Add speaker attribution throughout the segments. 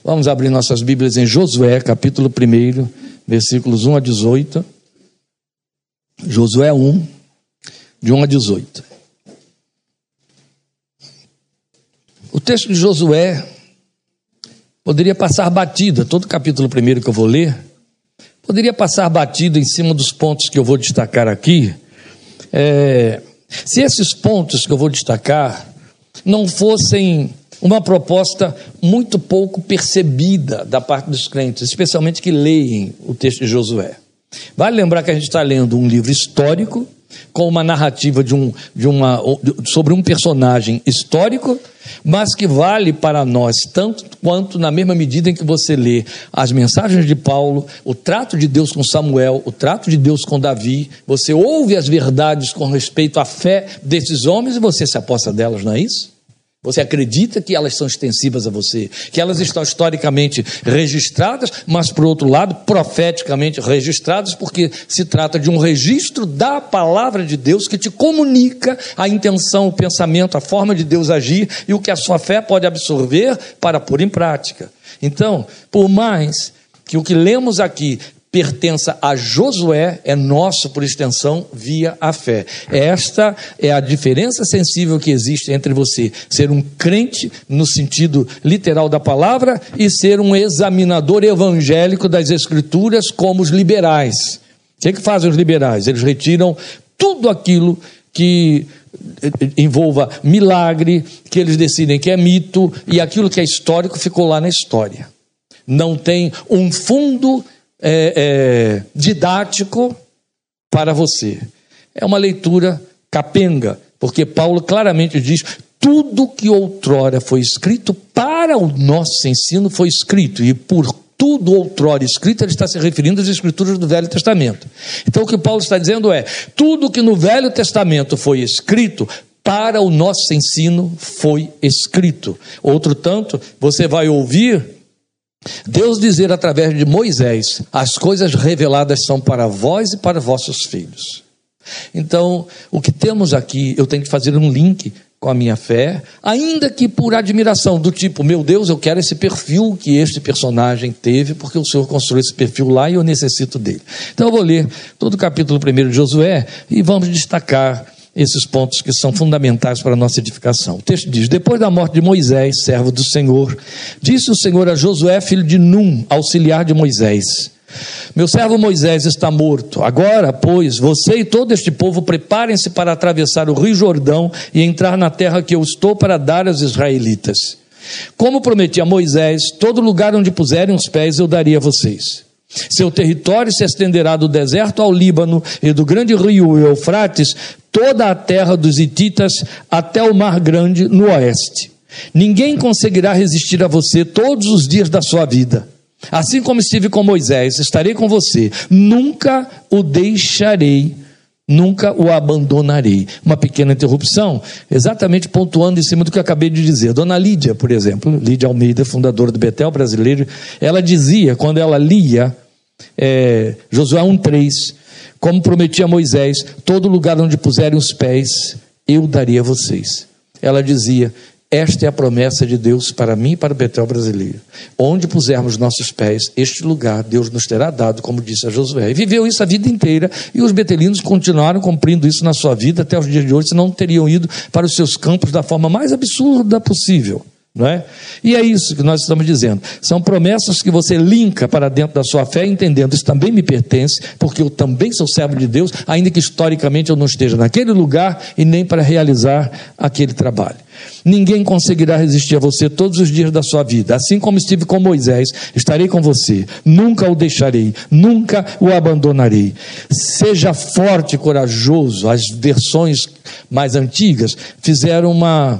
Speaker 1: Vamos abrir nossas Bíblias em Josué, capítulo 1, versículos 1 a 18. Josué 1, de 1 a 18. O texto de Josué poderia passar batido, todo o capítulo 1 que eu vou ler, poderia passar batido em cima dos pontos que eu vou destacar aqui. Se esses pontos que eu vou destacar não fossem uma proposta muito pouco percebida da parte dos crentes, especialmente que leem o texto de Josué. Vale lembrar que a gente está lendo um livro histórico, com uma narrativa sobre um personagem histórico, mas que vale para nós tanto quanto na mesma medida em que você lê as mensagens de Paulo, o trato de Deus com Samuel, o trato de Deus com Davi, você ouve as verdades com respeito à fé desses homens e você se aposta delas, não é isso? Você acredita que elas são extensivas a você, que elas estão historicamente registradas, mas, por outro lado, profeticamente registradas, porque se trata de um registro da palavra de Deus que te comunica a intenção, o pensamento, a forma de Deus agir e o que a sua fé pode absorver para pôr em prática. Então, por mais que o que lemos aqui pertença a Josué, é nosso por extensão via a fé. Esta é a diferença sensível que existe entre você ser um crente no sentido literal da palavra e ser um examinador evangélico das escrituras como os liberais. O que fazem os liberais? Eles retiram tudo aquilo que envolva milagre, que eles decidem que é mito, e aquilo que é histórico ficou lá na história. Não tem um fundo didático para você. É uma leitura capenga, porque Paulo claramente diz: tudo que outrora foi escrito para o nosso ensino foi escrito, e por tudo outrora escrito ele está se referindo às escrituras do Velho Testamento. Então o que Paulo está dizendo é: tudo que no Velho Testamento foi escrito para o nosso ensino foi escrito. Outro tanto, você vai ouvir Deus dizer através de Moisés: as coisas reveladas são para vós e para vossos filhos. Então, o que temos aqui, eu tenho que fazer um link com a minha fé, ainda que por admiração, do tipo: meu Deus, eu quero esse perfil que este personagem teve, porque o Senhor construiu esse perfil lá e eu necessito dele. Então eu vou ler todo o capítulo 1 de Josué e vamos destacar esses pontos que são fundamentais para a nossa edificação. O texto diz: depois da morte de Moisés, servo do Senhor, disse o Senhor a Josué, filho de Num, auxiliar de Moisés: meu servo Moisés está morto. Agora, pois, você e todo este povo preparem-se para atravessar o rio Jordão e entrar na terra que eu estou para dar aos israelitas. Como prometi a Moisés, todo lugar onde puserem os pés eu daria a vocês. Seu território se estenderá do deserto ao Líbano e do grande rio Eufrates, toda a terra dos hititas até o mar grande no oeste. Ninguém conseguirá resistir a você todos os dias da sua vida. Assim como estive com Moisés, estarei com você. Nunca o deixarei, nunca o abandonarei. Uma pequena interrupção, exatamente pontuando em cima do que eu acabei de dizer. Dona Lídia, por exemplo, Lídia Almeida, fundadora do Betel Brasileiro, ela dizia, quando ela lia Josué 1:3, como prometi a Moisés, todo lugar onde puserem os pés, eu daria a vocês. Ela dizia: esta é a promessa de Deus para mim e para o Betel Brasileiro. Onde pusermos nossos pés, este lugar Deus nos terá dado, como disse a Josué. E viveu isso a vida inteira, e os betelinos continuaram cumprindo isso na sua vida até os dias de hoje, senão teriam ido para os seus campos da forma mais absurda possível. Não é? E é isso que nós estamos dizendo. São promessas que você linka para dentro da sua fé, entendendo: isso também me pertence, porque eu também sou servo de Deus, ainda que historicamente eu não esteja naquele lugar e nem para realizar aquele trabalho. Ninguém conseguirá resistir a você todos os dias da sua vida. Assim como estive com Moisés, estarei com você. Nunca o deixarei, nunca o abandonarei. Seja forte e corajoso. As versões mais antigas fizeram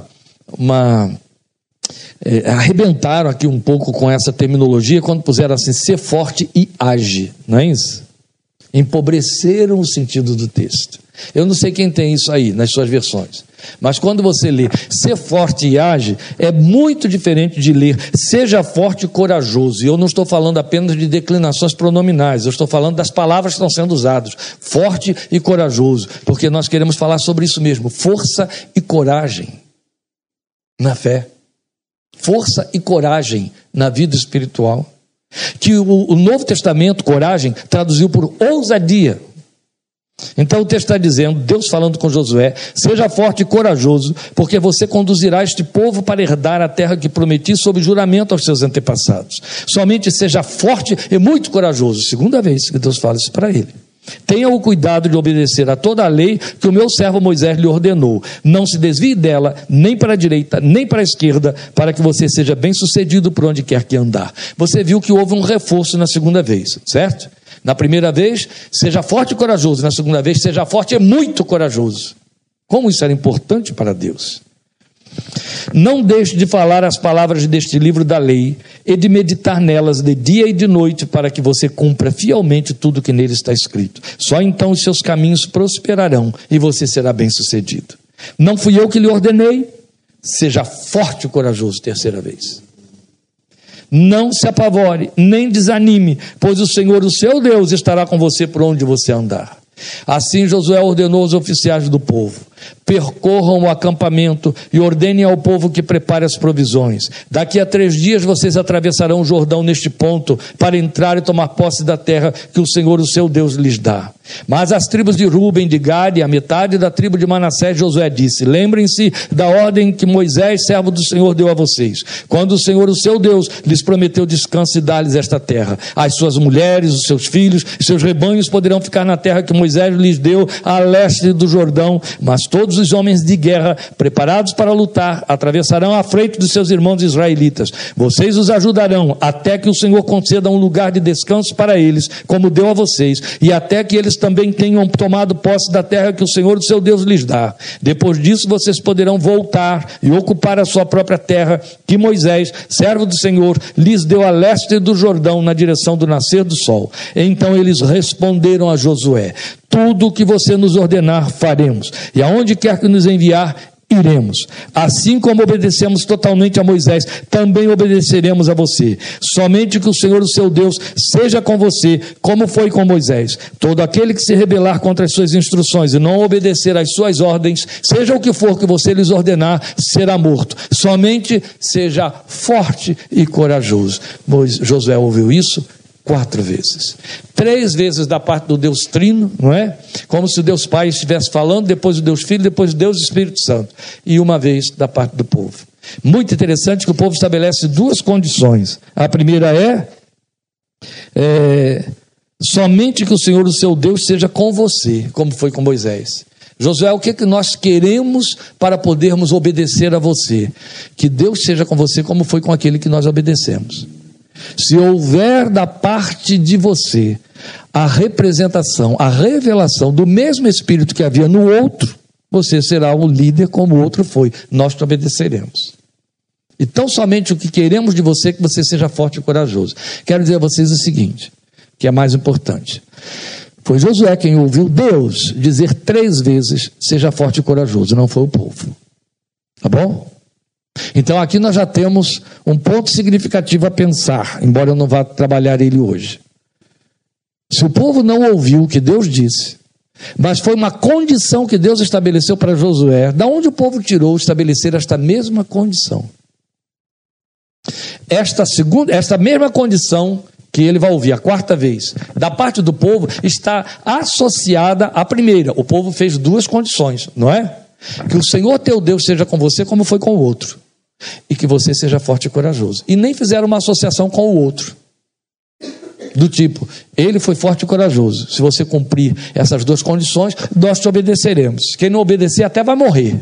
Speaker 1: arrebentaram aqui um pouco com essa terminologia quando puseram assim: ser forte e age, não é isso? Empobreceram o sentido do texto. Eu não sei quem tem isso aí nas suas versões, mas quando você lê ser forte e age, é muito diferente de ler seja forte e corajoso. E eu não estou falando apenas de declinações pronominais, eu estou falando das palavras que estão sendo usadas: forte e corajoso, porque nós queremos falar sobre isso mesmo, força e coragem na fé. Força e coragem na vida espiritual, que o Novo Testamento, coragem, traduziu por ousadia. Então o texto está dizendo, Deus falando com Josué: seja forte e corajoso, porque você conduzirá este povo para herdar a terra que prometi sob juramento aos seus antepassados. Somente seja forte e muito corajoso. Segunda vez que Deus fala isso para ele. Tenha o cuidado de obedecer a toda a lei que o meu servo Moisés lhe ordenou. Não se desvie dela, nem para a direita, nem para a esquerda, para que você seja bem sucedido por onde quer que andar. Você viu que houve um reforço na segunda vez, certo? Na primeira vez, seja forte e corajoso. Na segunda vez, seja forte e muito corajoso. Como isso era importante para Deus. Não deixe de falar as palavras deste livro da lei e de meditar nelas de dia e de noite, para que você cumpra fielmente tudo que nele está escrito. Só então os seus caminhos prosperarão e você será bem-sucedido. Não fui eu que lhe ordenei? Seja forte e corajoso, terceira vez. Não se apavore, nem desanime, pois o Senhor, o seu Deus, estará com você por onde você andar. Assim Josué ordenou aos oficiais do povo: percorram o acampamento e ordenem ao povo que prepare as provisões. Daqui a 3 dias vocês atravessarão o Jordão neste ponto, para entrar e tomar posse da terra que o Senhor, o seu Deus, lhes dá. Mas as tribos de Ruben, de Gade e a metade da tribo de Manassés, Josué disse: lembrem-se da ordem que Moisés, servo do Senhor, deu a vocês, quando o Senhor, o seu Deus, lhes prometeu descanso e dar-lhes esta terra. As suas mulheres, os seus filhos e seus rebanhos poderão ficar na terra que Moisés lhes deu a leste do Jordão, mas todos os homens de guerra, preparados para lutar, atravessarão à frente dos seus irmãos israelitas. Vocês os ajudarão até que o Senhor conceda um lugar de descanso para eles, como deu a vocês, e até que eles também tenham tomado posse da terra que o Senhor, o seu Deus, lhes dá. Depois disso, vocês poderão voltar e ocupar a sua própria terra, que Moisés, servo do Senhor, lhes deu a leste do Jordão, na direção do nascer do sol. Então eles responderam a Josué: tudo o que você nos ordenar, faremos, e aonde quer que nos enviar, iremos. Assim como obedecemos totalmente a Moisés, também obedeceremos a você. Somente que o Senhor, o seu Deus, seja com você, como foi com Moisés. Todo aquele que se rebelar contra as suas instruções e não obedecer às suas ordens, seja o que for que você lhes ordenar, será morto. Somente seja forte e corajoso. Josué ouviu isso 4 vezes. 3 vezes da parte do Deus Trino, não é? Como se o Deus Pai estivesse falando, depois o Deus Filho, depois o Deus Espírito Santo. E 1 vez da parte do povo. Muito interessante que o povo estabelece 2 condições. A primeira somente que o Senhor, o seu Deus, seja com você, como foi com Moisés. Josué, o que nós queremos para podermos obedecer a você? Que Deus seja com você, como foi com aquele que nós obedecemos. Se houver da parte de você a representação, a revelação do mesmo Espírito que havia no outro, você será um líder como o outro foi. Nós te obedeceremos. Então, somente o que queremos de você é que você seja forte e corajoso. Quero dizer a vocês o seguinte, que é mais importante. Foi Josué quem ouviu Deus dizer 3 vezes: seja forte e corajoso, não foi o povo. Tá bom? Então aqui nós já temos um ponto significativo a pensar, embora eu não vá trabalhar ele hoje. Se o povo não ouviu o que Deus disse, mas foi uma condição que Deus estabeleceu para Josué, da onde o povo tirou estabelecer esta mesma condição? Esta mesma condição que ele vai ouvir a 4ª vez, da parte do povo, está associada à primeira. O povo fez 2 condições, não é? Que o Senhor teu Deus seja com você como foi com o outro, e que você seja forte e corajoso. E nem fizeram uma associação com o outro, do tipo: ele foi forte e corajoso, se você cumprir essas 2 condições, nós te obedeceremos. Quem não obedecer até vai morrer.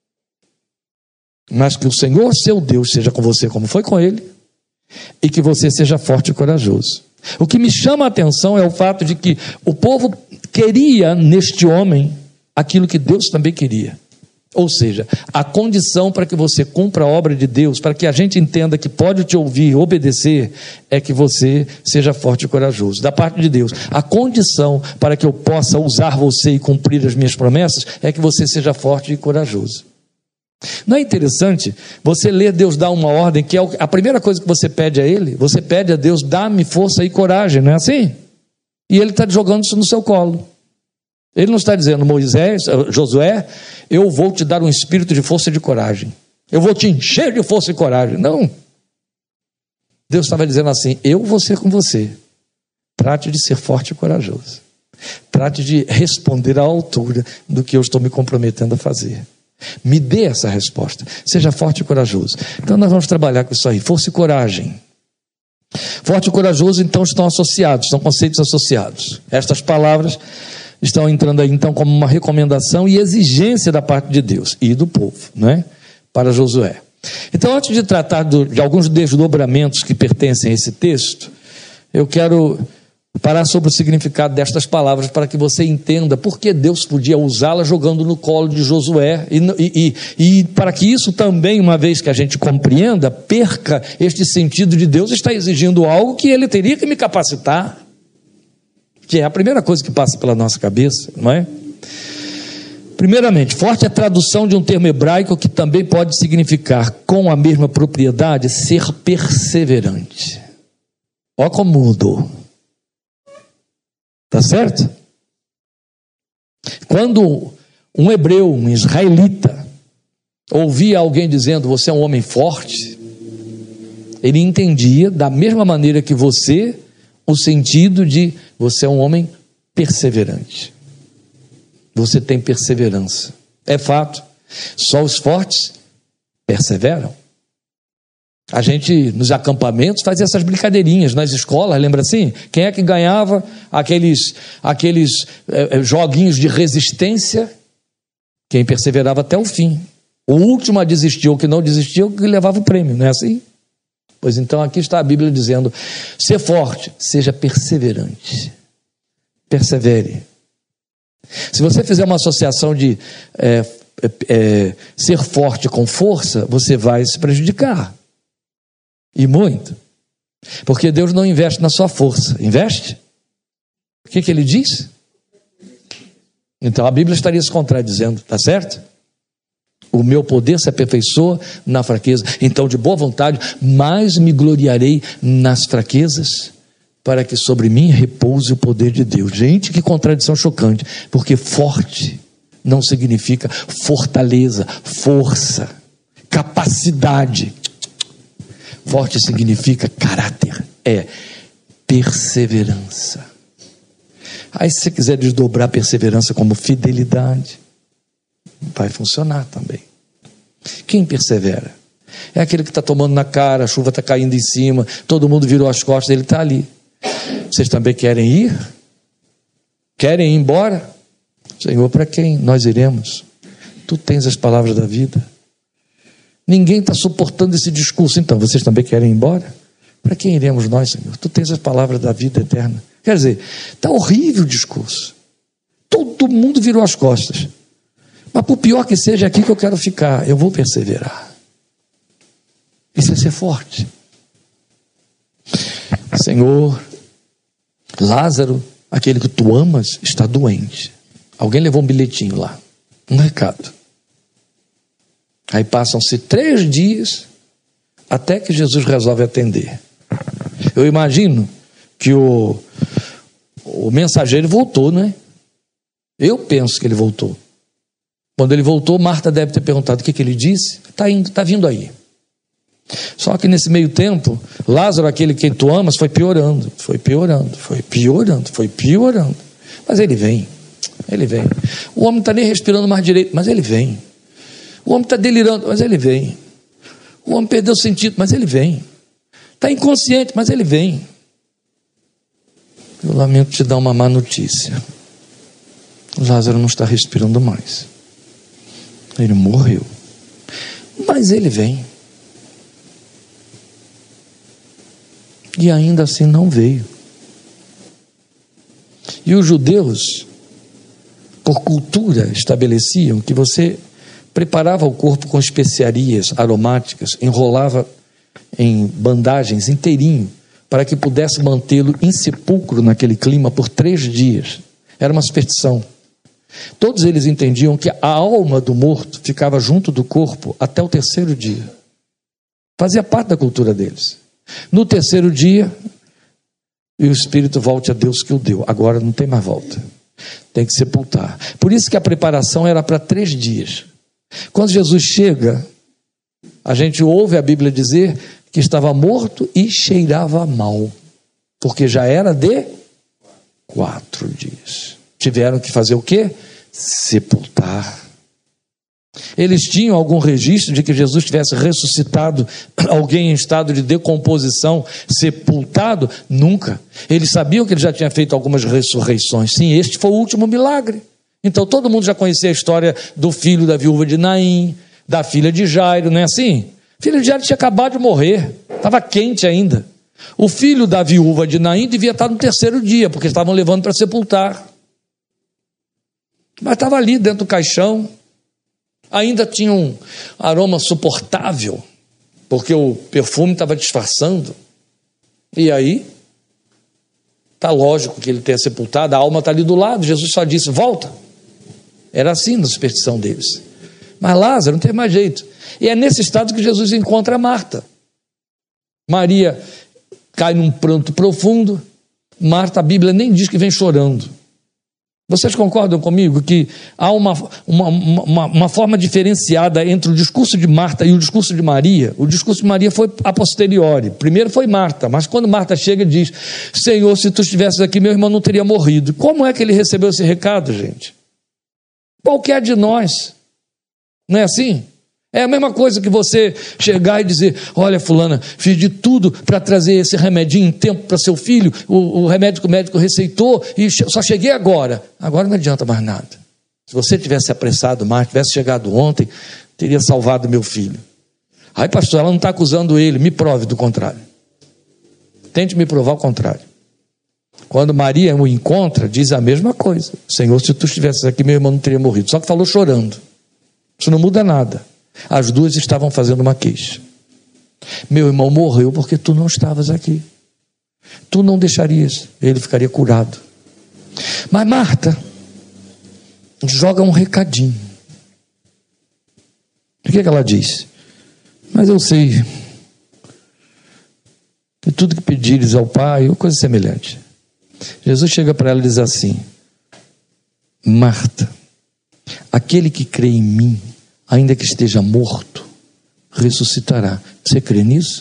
Speaker 1: Mas que o Senhor, seu Deus, seja com você como foi com ele, e que você seja forte e corajoso. O que me chama a atenção é o fato de que o povo queria neste homem aquilo que Deus também queria. Ou seja, a condição para que você cumpra a obra de Deus, para que a gente entenda que pode te ouvir e obedecer, é que você seja forte e corajoso. Da parte de Deus, a condição para que eu possa usar você e cumprir as minhas promessas, é que você seja forte e corajoso. Não é interessante você ler Deus dar uma ordem, que é a primeira coisa que você pede a Ele? Você pede a Deus: dá-me força e coragem, não é assim? E Ele está jogando isso no seu colo. Ele não está dizendo: Josué, eu vou te dar um espírito de força e de coragem, eu vou te encher de força e coragem. Não. Deus estava dizendo assim: eu vou ser com você. Trate de ser forte e corajoso. Trate de responder à altura do que eu estou me comprometendo a fazer. Me dê essa resposta. Seja forte e corajoso. Então nós vamos trabalhar com isso aí. Força e coragem. Forte e corajoso, então, estão associados, são conceitos associados. Estas palavras estão entrando aí, então, como uma recomendação e exigência da parte de Deus e do povo, não é? Para Josué. Então, antes de tratar de alguns desdobramentos que pertencem a esse texto, eu quero parar sobre o significado destas palavras para que você entenda por que Deus podia usá-las jogando no colo de Josué e para que isso também, uma vez que a gente compreenda, perca este sentido de Deus está exigindo algo que ele teria que me capacitar, que é a primeira coisa que passa pela nossa cabeça, não é? Primeiramente, forte é a tradução de um termo hebraico que também pode significar, com a mesma propriedade, ser perseverante. Olha como mudou. Tá certo? Quando um hebreu, um israelita, ouvia alguém dizendo: você é um homem forte, ele entendia da mesma maneira que você o sentido de você é um homem perseverante. Você tem perseverança. É fato. Só os fortes perseveram. A gente, nos acampamentos, fazia essas brincadeirinhas nas escolas, lembra assim? Quem é que ganhava aqueles joguinhos de resistência? Quem perseverava até o fim. O último a desistir, ou que não desistiu, que levava o prêmio, não é assim? Pois então aqui está a Bíblia dizendo: ser forte, seja perseverante. Persevere. Se você fizer uma associação de ser forte com força, você vai se prejudicar. E muito. Porque Deus não investe na sua força. Investe? O que ele diz? Então a Bíblia estaria se contradizendo, tá certo? O meu poder se aperfeiçoa na fraqueza. Então, de boa vontade, mais me gloriarei nas fraquezas, para que sobre mim repouse o poder de Deus. Gente, que contradição chocante. Porque forte não significa fortaleza, força, capacidade. Forte significa caráter, é perseverança. Aí, se você quiser desdobrar perseverança como fidelidade, vai funcionar também. Quem persevera? É aquele que está tomando na cara, a chuva está caindo em cima, todo mundo virou as costas, ele está ali. Vocês também querem ir? Querem ir embora? Senhor, para quem nós iremos? Tu tens as palavras da vida. Ninguém está suportando esse discurso. Então, vocês também querem ir embora? Para quem iremos nós, Senhor? Tu tens as palavras da vida eterna. Quer dizer, está horrível o discurso. Todo mundo virou as costas. Mas por pior que seja, aqui que eu quero ficar, eu vou perseverar. Isso é ser forte. Senhor, Lázaro, aquele que tu amas, está doente. Alguém levou um bilhetinho lá, um recado. Aí passam-se 3 dias até que Jesus resolve atender. Eu imagino que o mensageiro voltou, né? Eu penso que ele voltou. Quando ele voltou, Marta deve ter perguntado o que ele disse. Está vindo aí. Só que nesse meio tempo, Lázaro, aquele que tu amas, foi piorando. Mas ele vem. O homem não está nem respirando mais direito, mas ele vem. O homem está delirando, mas ele vem. O homem perdeu o sentido, mas ele vem. Está inconsciente, mas ele vem. Eu lamento te dar uma má notícia. Lázaro não está respirando mais. Ele morreu. Mas ele vem. E ainda assim não veio. E os judeus, por cultura, estabeleciam que você preparava o corpo com especiarias aromáticas, enrolava em bandagens inteirinho, para que pudesse mantê-lo em sepulcro naquele clima por 3 dias. Era uma superstição. Todos eles entendiam que a alma do morto ficava junto do corpo até o 3º dia. Fazia parte da cultura deles. No 3º dia, e o espírito volte a Deus que o deu. Agora não tem mais volta. Tem que sepultar. Por isso que a preparação era para 3 dias. Quando Jesus chega, a gente ouve a Bíblia dizer que estava morto e cheirava mal, porque já era de 4 dias. Tiveram que fazer o quê? Sepultar. Eles tinham algum registro de que Jesus tivesse ressuscitado alguém em estado de decomposição, sepultado? Nunca. Eles sabiam que ele já tinha feito algumas ressurreições. Sim, este foi o último milagre. Então todo mundo já conhecia a história do filho da viúva de Naim, da filha de Jairo, não é assim? O filho de Jairo tinha acabado de morrer, estava quente ainda. O filho da viúva de Naim devia estar no 3º dia, porque estavam levando para sepultar. Mas estava ali dentro do caixão. Ainda tinha um aroma suportável, porque o perfume estava disfarçando. E aí, está lógico que ele tenha sepultado, a alma está ali do lado. Jesus só disse, volta. Era assim na superstição deles. Mas Lázaro não teve mais jeito. E é nesse estado que Jesus encontra Marta. Maria cai num pranto profundo. Marta, a Bíblia nem diz que vem chorando. Vocês concordam comigo que há uma forma diferenciada entre o discurso de Marta e o discurso de Maria? O discurso de Maria foi a posteriori. Primeiro foi Marta, mas quando Marta chega e diz, Senhor, se tu estivesses aqui, meu irmão não teria morrido. Como é que ele recebeu esse recado, gente? Qualquer de nós. Não é assim? É a mesma coisa que você chegar e dizer, olha fulana, fiz de tudo para trazer esse remedinho em tempo para seu filho, o remédio que o médico receitou, e só cheguei agora. Agora não adianta mais nada. Se você tivesse apressado mais, tivesse chegado ontem, teria salvado meu filho. Ai pastor, ela não está acusando ele, me prove do contrário. Tente me provar o contrário. Quando Maria o encontra, diz a mesma coisa. Senhor, se tu estivesses aqui, meu irmão não teria morrido. Só que falou chorando. Isso não muda nada. As duas estavam fazendo uma queixa. Meu irmão morreu porque tu não estavas aqui. Tu não deixarias, ele ficaria curado. Mas Marta joga um recadinho. O que ela diz? Mas eu sei que tudo que pedires ao Pai, ou coisa semelhante. Jesus chega para ela e diz assim, Marta, aquele que crê em mim, ainda que esteja morto, ressuscitará. Você crê nisso?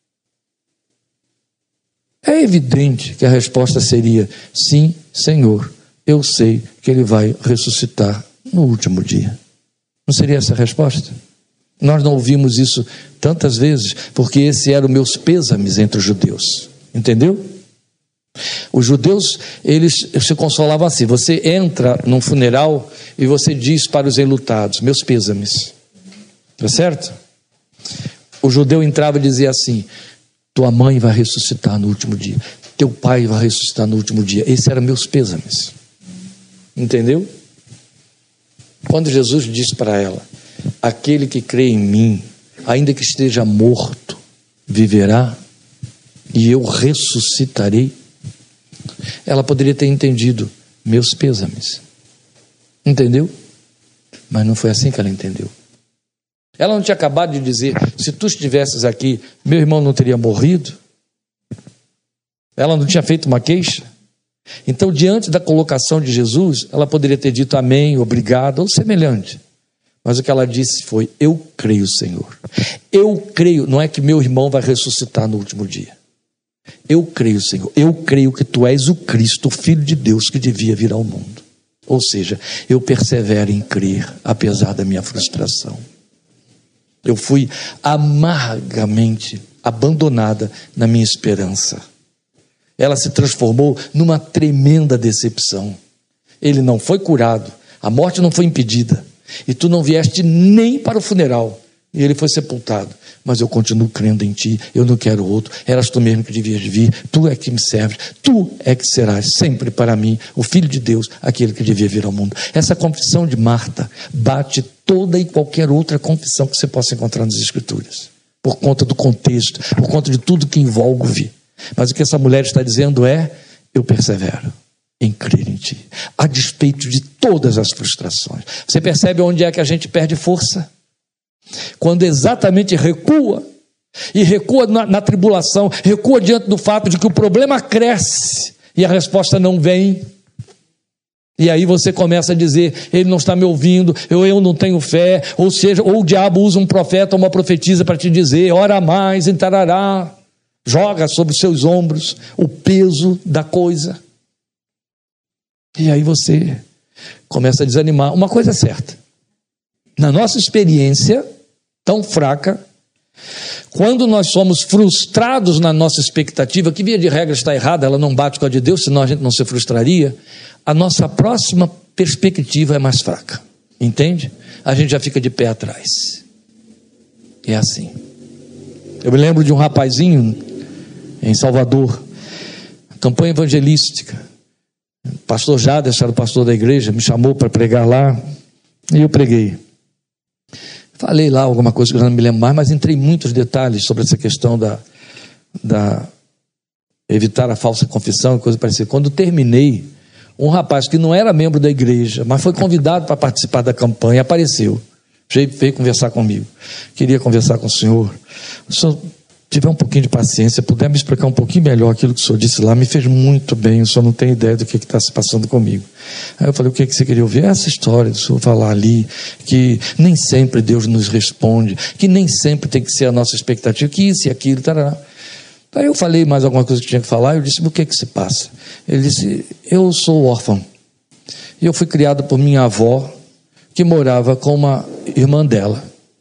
Speaker 1: É evidente que a resposta seria, sim, Senhor, eu sei que ele vai ressuscitar no último dia. Não seria essa a resposta? Nós não ouvimos isso tantas vezes, porque esse era os meus pêsames entre os judeus. Entendeu? Os judeus, eles se consolavam assim, você entra num funeral e você diz para os enlutados, meus pêsames, tá certo? O judeu entrava e dizia assim, tua mãe vai ressuscitar no último dia, teu pai vai ressuscitar no último dia, esse era meus pêsames, entendeu? Quando Jesus disse para ela, aquele que crê em mim, ainda que esteja morto, viverá, e eu ressuscitarei, ela poderia ter entendido, meus pêsames, entendeu? Mas não foi assim que ela entendeu. Ela não tinha acabado de dizer, se tu estivesses aqui, meu irmão não teria morrido? Ela não tinha feito uma queixa? Então, diante da colocação de Jesus, ela poderia ter dito amém, obrigado, ou semelhante. Mas o que ela disse foi, eu creio, Senhor. Eu creio, não é que meu irmão vai ressuscitar no último dia. Eu creio, Senhor, eu creio que tu és o Cristo, o Filho de Deus que devia vir ao mundo. Ou seja, eu persevero em crer, apesar da minha frustração. Eu fui amargamente abandonada na minha esperança. Ela se transformou numa tremenda decepção. Ele não foi curado, a morte não foi impedida, e tu não vieste nem para o funeral. E ele foi sepultado. Mas eu continuo crendo em ti, eu não quero outro. Eras tu mesmo que devias vir, tu é que me serves, tu é que serás sempre para mim o Filho de Deus, aquele que devia vir ao mundo. Essa confissão de Marta bate toda e qualquer outra confissão que você possa encontrar nas Escrituras, por conta do contexto, por conta de tudo que envolve. Mas o que essa mulher está dizendo é, eu persevero em crer em ti, a despeito de todas as frustrações. Você percebe onde é que a gente perde força? Quando exatamente recua, e recua na tribulação, recua diante do fato de que o problema cresce e a resposta não vem. E aí você começa a dizer, ele não está me ouvindo, eu não tenho fé, ou seja, ou o diabo usa um profeta ou uma profetisa para te dizer, ora mais, e tarará, joga sobre os seus ombros o peso da coisa. E aí você começa a desanimar. Uma coisa é certa, na nossa experiência tão fraca, quando nós somos frustrados na nossa expectativa, que via de regra está errada, ela não bate com a de Deus, senão a gente não se frustraria, a nossa próxima perspectiva é mais fraca, entende? A gente já fica de pé atrás. É assim. Eu me lembro de um rapazinho em Salvador, campanha evangelística, o pastor Jader, era o pastor da igreja, me chamou para pregar lá, e eu preguei. Falei lá alguma coisa que eu não me lembro mais, mas entrei em muitos detalhes sobre essa questão da evitar a falsa confissão e coisa parecida. Quando terminei, um rapaz que não era membro da igreja, mas foi convidado para participar da campanha, apareceu, veio conversar comigo. Queria conversar com o senhor. Se o senhor tiver um pouquinho de paciência, puder me explicar um pouquinho melhor aquilo que o senhor disse lá, me fez muito bem, o senhor não tem ideia do que está se passando comigo. Aí eu falei, o que você queria ouvir? Essa história do senhor falar ali, que nem sempre Deus nos responde, que nem sempre tem que ser a nossa expectativa, que isso e aquilo, tarará. Aí eu falei mais alguma coisa que tinha que falar, eu disse, o que se passa? Ele disse, eu sou órfão, e eu fui criado por minha avó, que morava com uma irmã dela,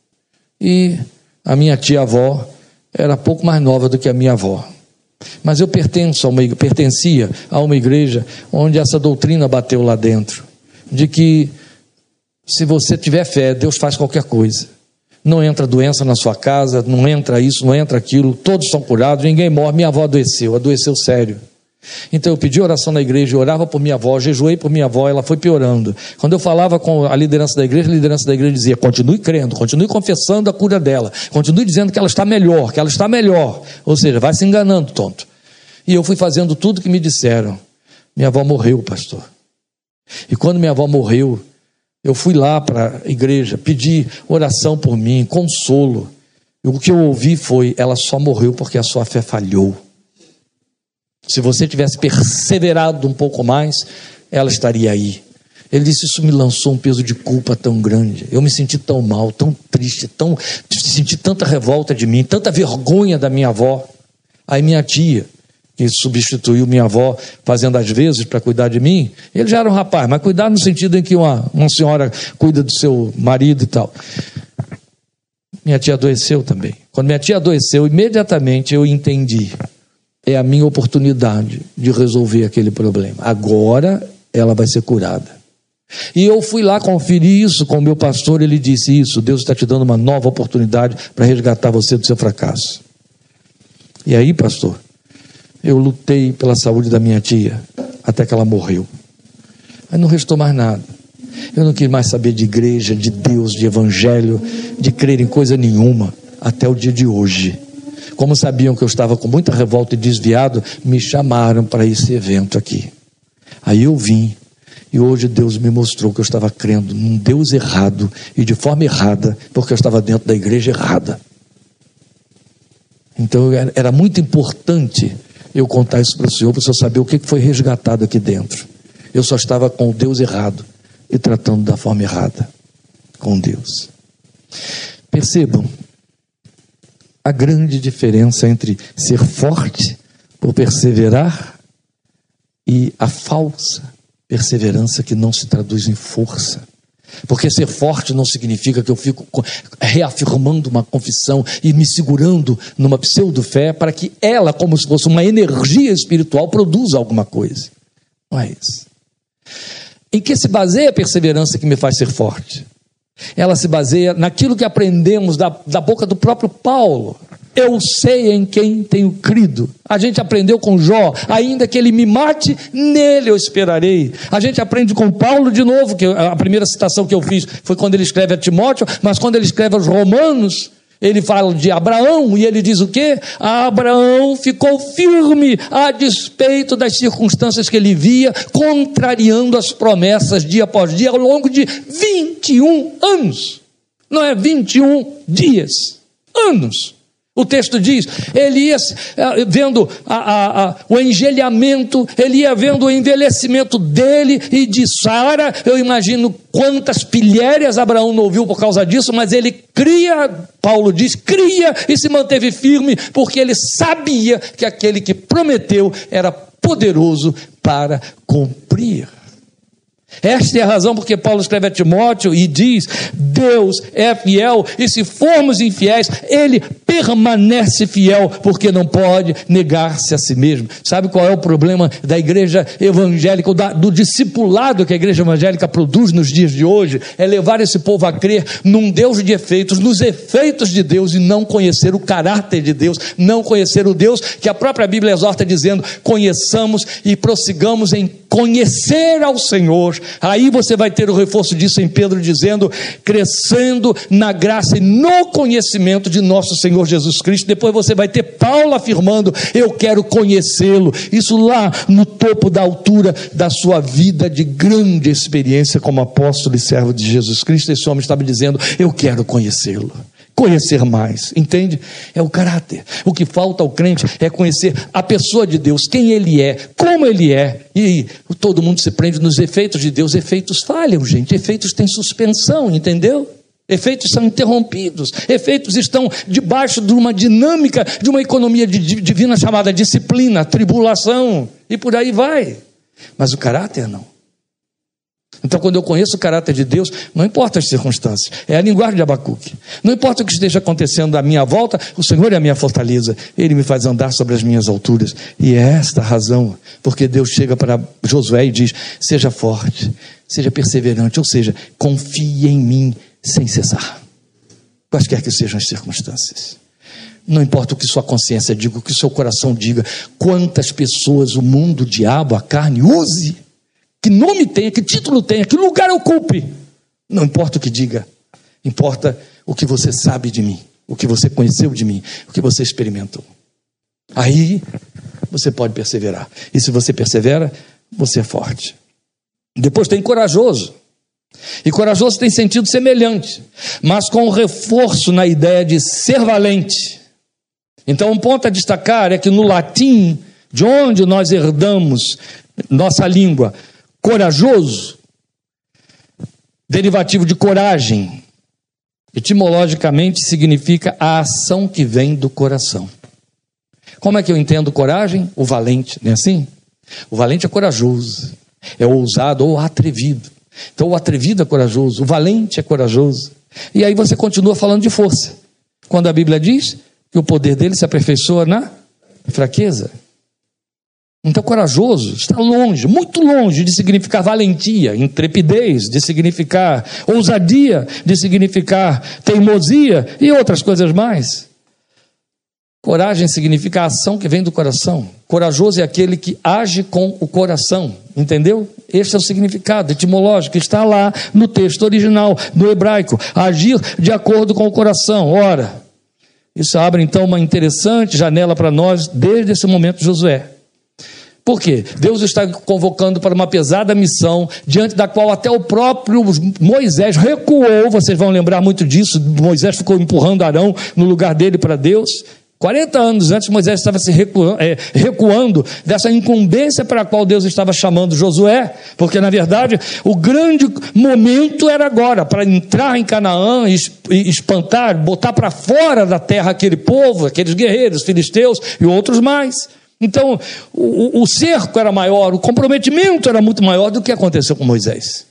Speaker 1: e a minha tia-avó era pouco mais nova do que a minha avó, mas eu pertencia a uma igreja onde essa doutrina bateu lá dentro, de que se você tiver fé, Deus faz qualquer coisa, não entra doença na sua casa, não entra isso, não entra aquilo, todos são curados, ninguém morre. Minha avó adoeceu sério. Então eu pedi oração na igreja, eu orava por minha avó, jejuei por minha avó, ela foi piorando. Quando eu falava com a liderança da igreja dizia, continue crendo, continue confessando a cura dela, continue dizendo que ela está melhor, ou seja, vai se enganando, tonto. E eu fui fazendo tudo que me disseram. Minha avó morreu, pastor. E quando minha avó morreu, eu fui lá para a igreja, pedi oração por mim, consolo. E o que eu ouvi foi, ela só morreu porque a sua fé falhou. Se você tivesse perseverado um pouco mais, ela estaria aí. Ele disse, isso me lançou um peso de culpa tão grande. Eu me senti tão mal, tão triste, senti tanta revolta de mim, tanta vergonha da minha avó. Aí minha tia, que substituiu minha avó, fazendo as vezes para cuidar de mim, ele já era um rapaz, mas cuidar no sentido em que uma senhora cuida do seu marido e tal. Minha tia adoeceu também. Quando minha tia adoeceu, imediatamente eu entendi. É a minha oportunidade de resolver aquele problema. Agora ela vai ser curada. E eu fui lá conferir isso com o meu pastor, ele disse isso, Deus está te dando uma nova oportunidade para resgatar você do seu fracasso. E aí, pastor, eu lutei pela saúde da minha tia, até que ela morreu. Aí não restou mais nada. Eu não quis mais saber de igreja, de Deus, de evangelho, de crer em coisa nenhuma, até o dia de hoje. Como sabiam que eu estava com muita revolta e desviado, me chamaram para esse evento aqui. Aí eu vim, e hoje Deus me mostrou que eu estava crendo num Deus errado, e de forma errada, porque eu estava dentro da igreja errada. Então era muito importante eu contar isso para o senhor saber o que foi resgatado aqui dentro. Eu só estava com o Deus errado, e tratando da forma errada com Deus. Percebam a grande diferença entre ser forte por perseverar e a falsa perseverança que não se traduz em força. Porque ser forte não significa que eu fico reafirmando uma confissão e me segurando numa pseudo-fé para que ela, como se fosse uma energia espiritual, produza alguma coisa. Não é isso. Em que se baseia a perseverança que me faz ser forte? Ela se baseia naquilo que aprendemos da boca do próprio Paulo. Eu sei em quem tenho crido. A gente aprendeu com Jó, ainda que ele me mate, nele eu esperarei. A gente aprende com Paulo de novo, que a primeira citação que eu fiz foi quando ele escreve a Timóteo, mas quando ele escreve aos Romanos, ele fala de Abraão, e ele diz o quê? Abraão ficou firme a despeito das circunstâncias que ele via, contrariando as promessas dia após dia, ao longo de 21 anos. Não é 21 dias, anos. O texto diz, ele ia vendo o engelhamento, ele ia vendo o envelhecimento dele e de Sara. Eu imagino quantas pilhérias Abraão não ouviu por causa disso, mas ele cria, Paulo diz, cria e se manteve firme, porque ele sabia que aquele que prometeu era poderoso para cumprir. Esta é a razão porque Paulo escreve a Timóteo e diz, Deus é fiel, e se formos infiéis, Ele permanece fiel, porque não pode negar-se a si mesmo. Sabe qual é o problema da igreja evangélica, do discipulado que a igreja evangélica produz nos dias de hoje? É levar esse povo a crer num Deus de efeitos, nos efeitos de Deus, e não conhecer o caráter de Deus, não conhecer o Deus que a própria Bíblia exorta dizendo, conheçamos e prossigamos em conhecer ao Senhor. Aí você vai ter o reforço disso em Pedro dizendo, crescendo na graça e no conhecimento de nosso Senhor Jesus Cristo. Depois você vai ter Paulo afirmando, eu quero conhecê-lo. Isso lá no topo da altura da sua vida de grande experiência como apóstolo e servo de Jesus Cristo. Esse homem estava dizendo, eu quero conhecê-lo. Conhecer mais, entende? É o caráter. O que falta ao crente é conhecer a pessoa de Deus, quem Ele é, como Ele é. E todo mundo se prende nos efeitos de Deus. Efeitos falham, gente. Efeitos têm suspensão, entendeu? Efeitos são interrompidos. Efeitos estão debaixo de uma dinâmica, de uma economia divina chamada disciplina, tribulação, e por aí vai. Mas o caráter não. Então, quando eu conheço o caráter de Deus, não importa as circunstâncias, é a linguagem de Abacuque. Não importa o que esteja acontecendo à minha volta, o Senhor é a minha fortaleza, Ele me faz andar sobre as minhas alturas. E é esta a razão, porque Deus chega para Josué e diz, seja forte, seja perseverante, ou seja, confie em mim sem cessar, quaisquer que sejam as circunstâncias. Não importa o que sua consciência diga, o que seu coração diga, quantas pessoas o mundo, o diabo, a carne use, que nome tenha, que título tenha, que lugar ocupe, não importa o que diga, importa o que você sabe de mim, o que você conheceu de mim, o que você experimentou. Aí você pode perseverar, e se você persevera, você é forte. Depois tem corajoso, e corajoso tem sentido semelhante, mas com um reforço na ideia de ser valente. Então um ponto a destacar é que no latim, de onde nós herdamos nossa língua, corajoso, derivativo de coragem, etimologicamente significa a ação que vem do coração. Como é que eu entendo coragem? O valente, não é assim? O valente é corajoso, é ousado ou atrevido. Então o atrevido é corajoso, o valente é corajoso. E aí você continua falando de força, quando a Bíblia diz que o poder dele se aperfeiçoa na fraqueza. Então corajoso está longe, muito longe de significar valentia, intrepidez, de significar ousadia, de significar teimosia e outras coisas mais. Coragem significa a ação que vem do coração. Corajoso é aquele que age com o coração, entendeu? Este é o significado etimológico, está lá no texto original, no hebraico, agir de acordo com o coração. Ora, isso abre então uma interessante janela para nós desde esse momento de Josué. Por quê? Deus está convocando para uma pesada missão, diante da qual até o próprio Moisés recuou. Vocês vão lembrar muito disso. Moisés ficou empurrando Arão no lugar dele para Deus. 40 anos antes, Moisés estava se recuando dessa incumbência para a qual Deus estava chamando Josué, porque na verdade o grande momento era agora, para entrar em Canaã e espantar, botar para fora da terra aquele povo, aqueles guerreiros, filisteus e outros mais. Então, o cerco era maior, o comprometimento era muito maior do que aconteceu com Moisés.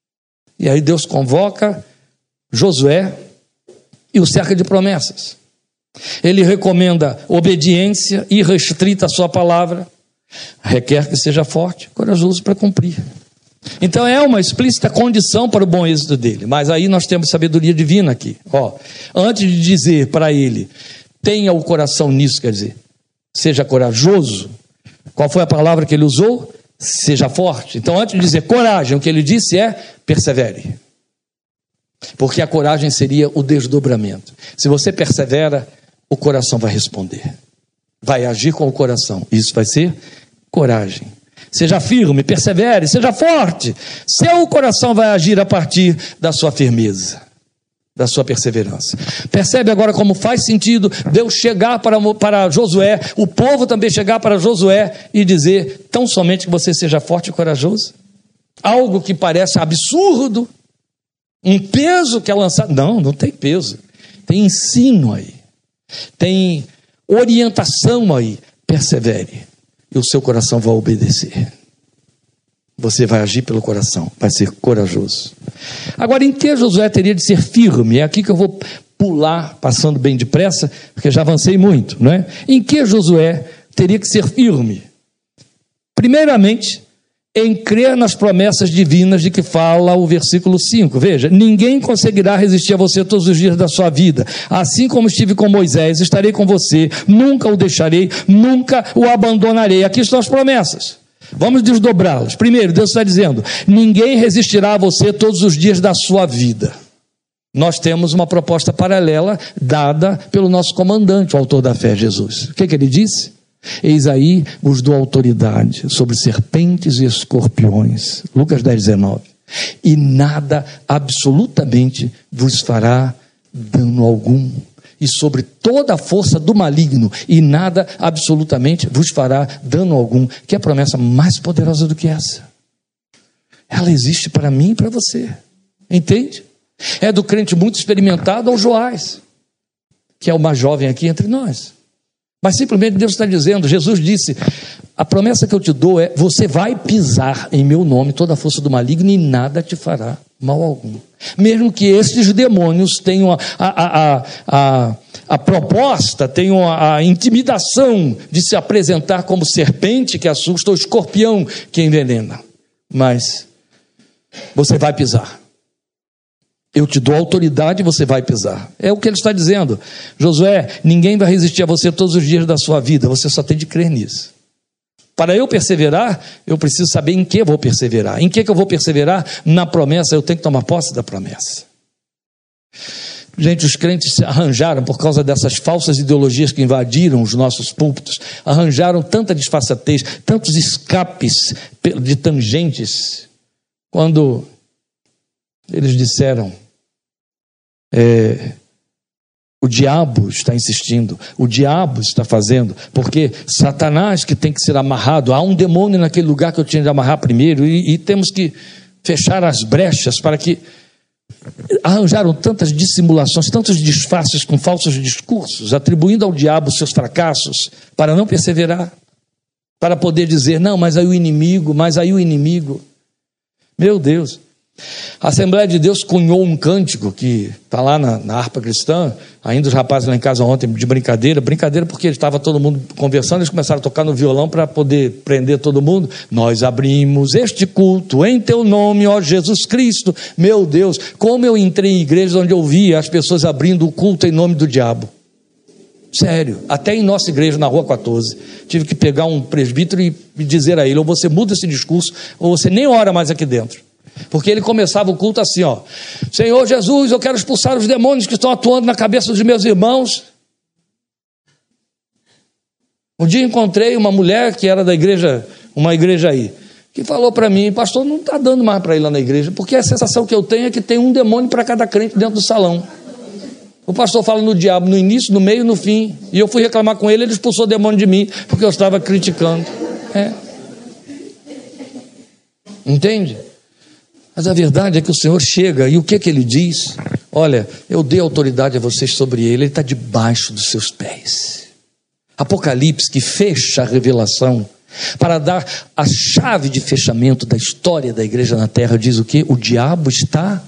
Speaker 1: E aí Deus convoca Josué e o cerca de promessas. Ele recomenda obediência irrestrita à sua palavra, requer que seja forte, corajoso para cumprir. Então é uma explícita condição para o bom êxito dele, mas aí nós temos sabedoria divina aqui. Antes de dizer para ele, tenha o coração nisso, quer dizer, seja corajoso. Qual foi a palavra que ele usou? Seja forte. Então, antes de dizer coragem, o que ele disse é persevere. Porque a coragem seria o desdobramento. Se você persevera, o coração vai responder. Vai agir com o coração. Isso vai ser coragem. Seja firme, persevere, seja forte. Seu coração vai agir a partir da sua firmeza. da sua perseverança. Percebe agora como faz sentido Deus chegar para Josué, o povo também chegar para Josué e dizer, tão somente que você seja forte e corajoso? Algo que parece absurdo, um peso que é lançado. Não tem peso, tem ensino aí, tem orientação aí. Persevere e o seu coração vai obedecer. Você vai agir pelo coração, vai ser corajoso. Agora, em que Josué teria de ser firme? É aqui que eu vou pular, passando bem depressa, porque já avancei muito, não é? Em que Josué teria que ser firme? Primeiramente, em crer nas promessas divinas de que fala o versículo 5. Veja, ninguém conseguirá resistir a você todos os dias da sua vida. Assim como estive com Moisés, estarei com você, nunca o deixarei, nunca o abandonarei. Aqui estão as promessas. Vamos desdobrá-las. Primeiro, Deus está dizendo, ninguém resistirá a você todos os dias da sua vida. Nós temos uma proposta paralela dada pelo nosso comandante, o autor da fé, Jesus. O que ele disse? Eis aí vos dou autoridade sobre serpentes e escorpiões. Lucas 10:19. E nada absolutamente vos fará dano algum. E sobre toda a força do maligno, e nada absolutamente vos fará dano algum. Que é a promessa mais poderosa do que essa? Ela existe para mim e para você. Entende? É do crente muito experimentado ao Joás, que é o mais jovem aqui entre nós. Mas simplesmente Deus está dizendo, Jesus disse, a promessa que eu te dou é, você vai pisar em meu nome toda a força do maligno e nada te fará mal algum. Mesmo que esses demônios tenham a proposta, tenham a intimidação de se apresentar como serpente que assusta ou escorpião que envenena. Mas você vai pisar. Eu te dou autoridade e você vai pisar. É o que ele está dizendo. Josué, ninguém vai resistir a você todos os dias da sua vida. Você só tem de crer nisso. Para eu perseverar, eu preciso saber em que eu vou perseverar. Em que eu vou perseverar? Na promessa, eu tenho que tomar posse da promessa. Gente, os crentes se arranjaram, por causa dessas falsas ideologias que invadiram os nossos púlpitos, arranjaram tanta disfarçatez, tantos escapes de tangentes, quando eles disseram, o diabo está insistindo, o diabo está fazendo, porque Satanás que tem que ser amarrado, há um demônio naquele lugar que eu tinha de amarrar primeiro, e temos que fechar as brechas para que... Arranjaram tantas dissimulações, tantos disfarces com falsos discursos, atribuindo ao diabo seus fracassos, para não perseverar, para poder dizer, não, mas aí o inimigo, meu Deus. A Assembleia de Deus cunhou um cântico que está lá na harpa cristã, ainda os rapazes lá em casa ontem de brincadeira porque estava todo mundo conversando, eles começaram a tocar no violão para poder prender todo mundo. Nós abrimos este culto em teu nome, ó Jesus Cristo. Meu Deus, como eu entrei em igrejas onde eu via as pessoas abrindo o culto em nome do diabo. Sério, até em nossa igreja na Rua 14, tive que pegar um presbítero e dizer a ele, ou você muda esse discurso, ou você nem ora mais aqui dentro. Porque ele começava o culto assim, ó, Senhor Jesus, eu quero expulsar os demônios que estão atuando na cabeça dos meus irmãos. Um dia encontrei uma mulher que era da igreja, uma igreja aí, que falou para mim, pastor, não está dando mais para ir lá na igreja, porque a sensação que eu tenho é que tem um demônio para cada crente dentro do salão. O pastor fala no diabo no início, no meio e no fim, e eu fui reclamar com ele, ele expulsou o demônio de mim, porque eu estava criticando. Entende? Mas a verdade é que o Senhor chega, e o que ele diz? Olha, eu dei autoridade a vocês sobre ele está debaixo dos seus pés. Apocalipse, que fecha a revelação, para dar a chave de fechamento da história da igreja na terra, diz o quê? O diabo está...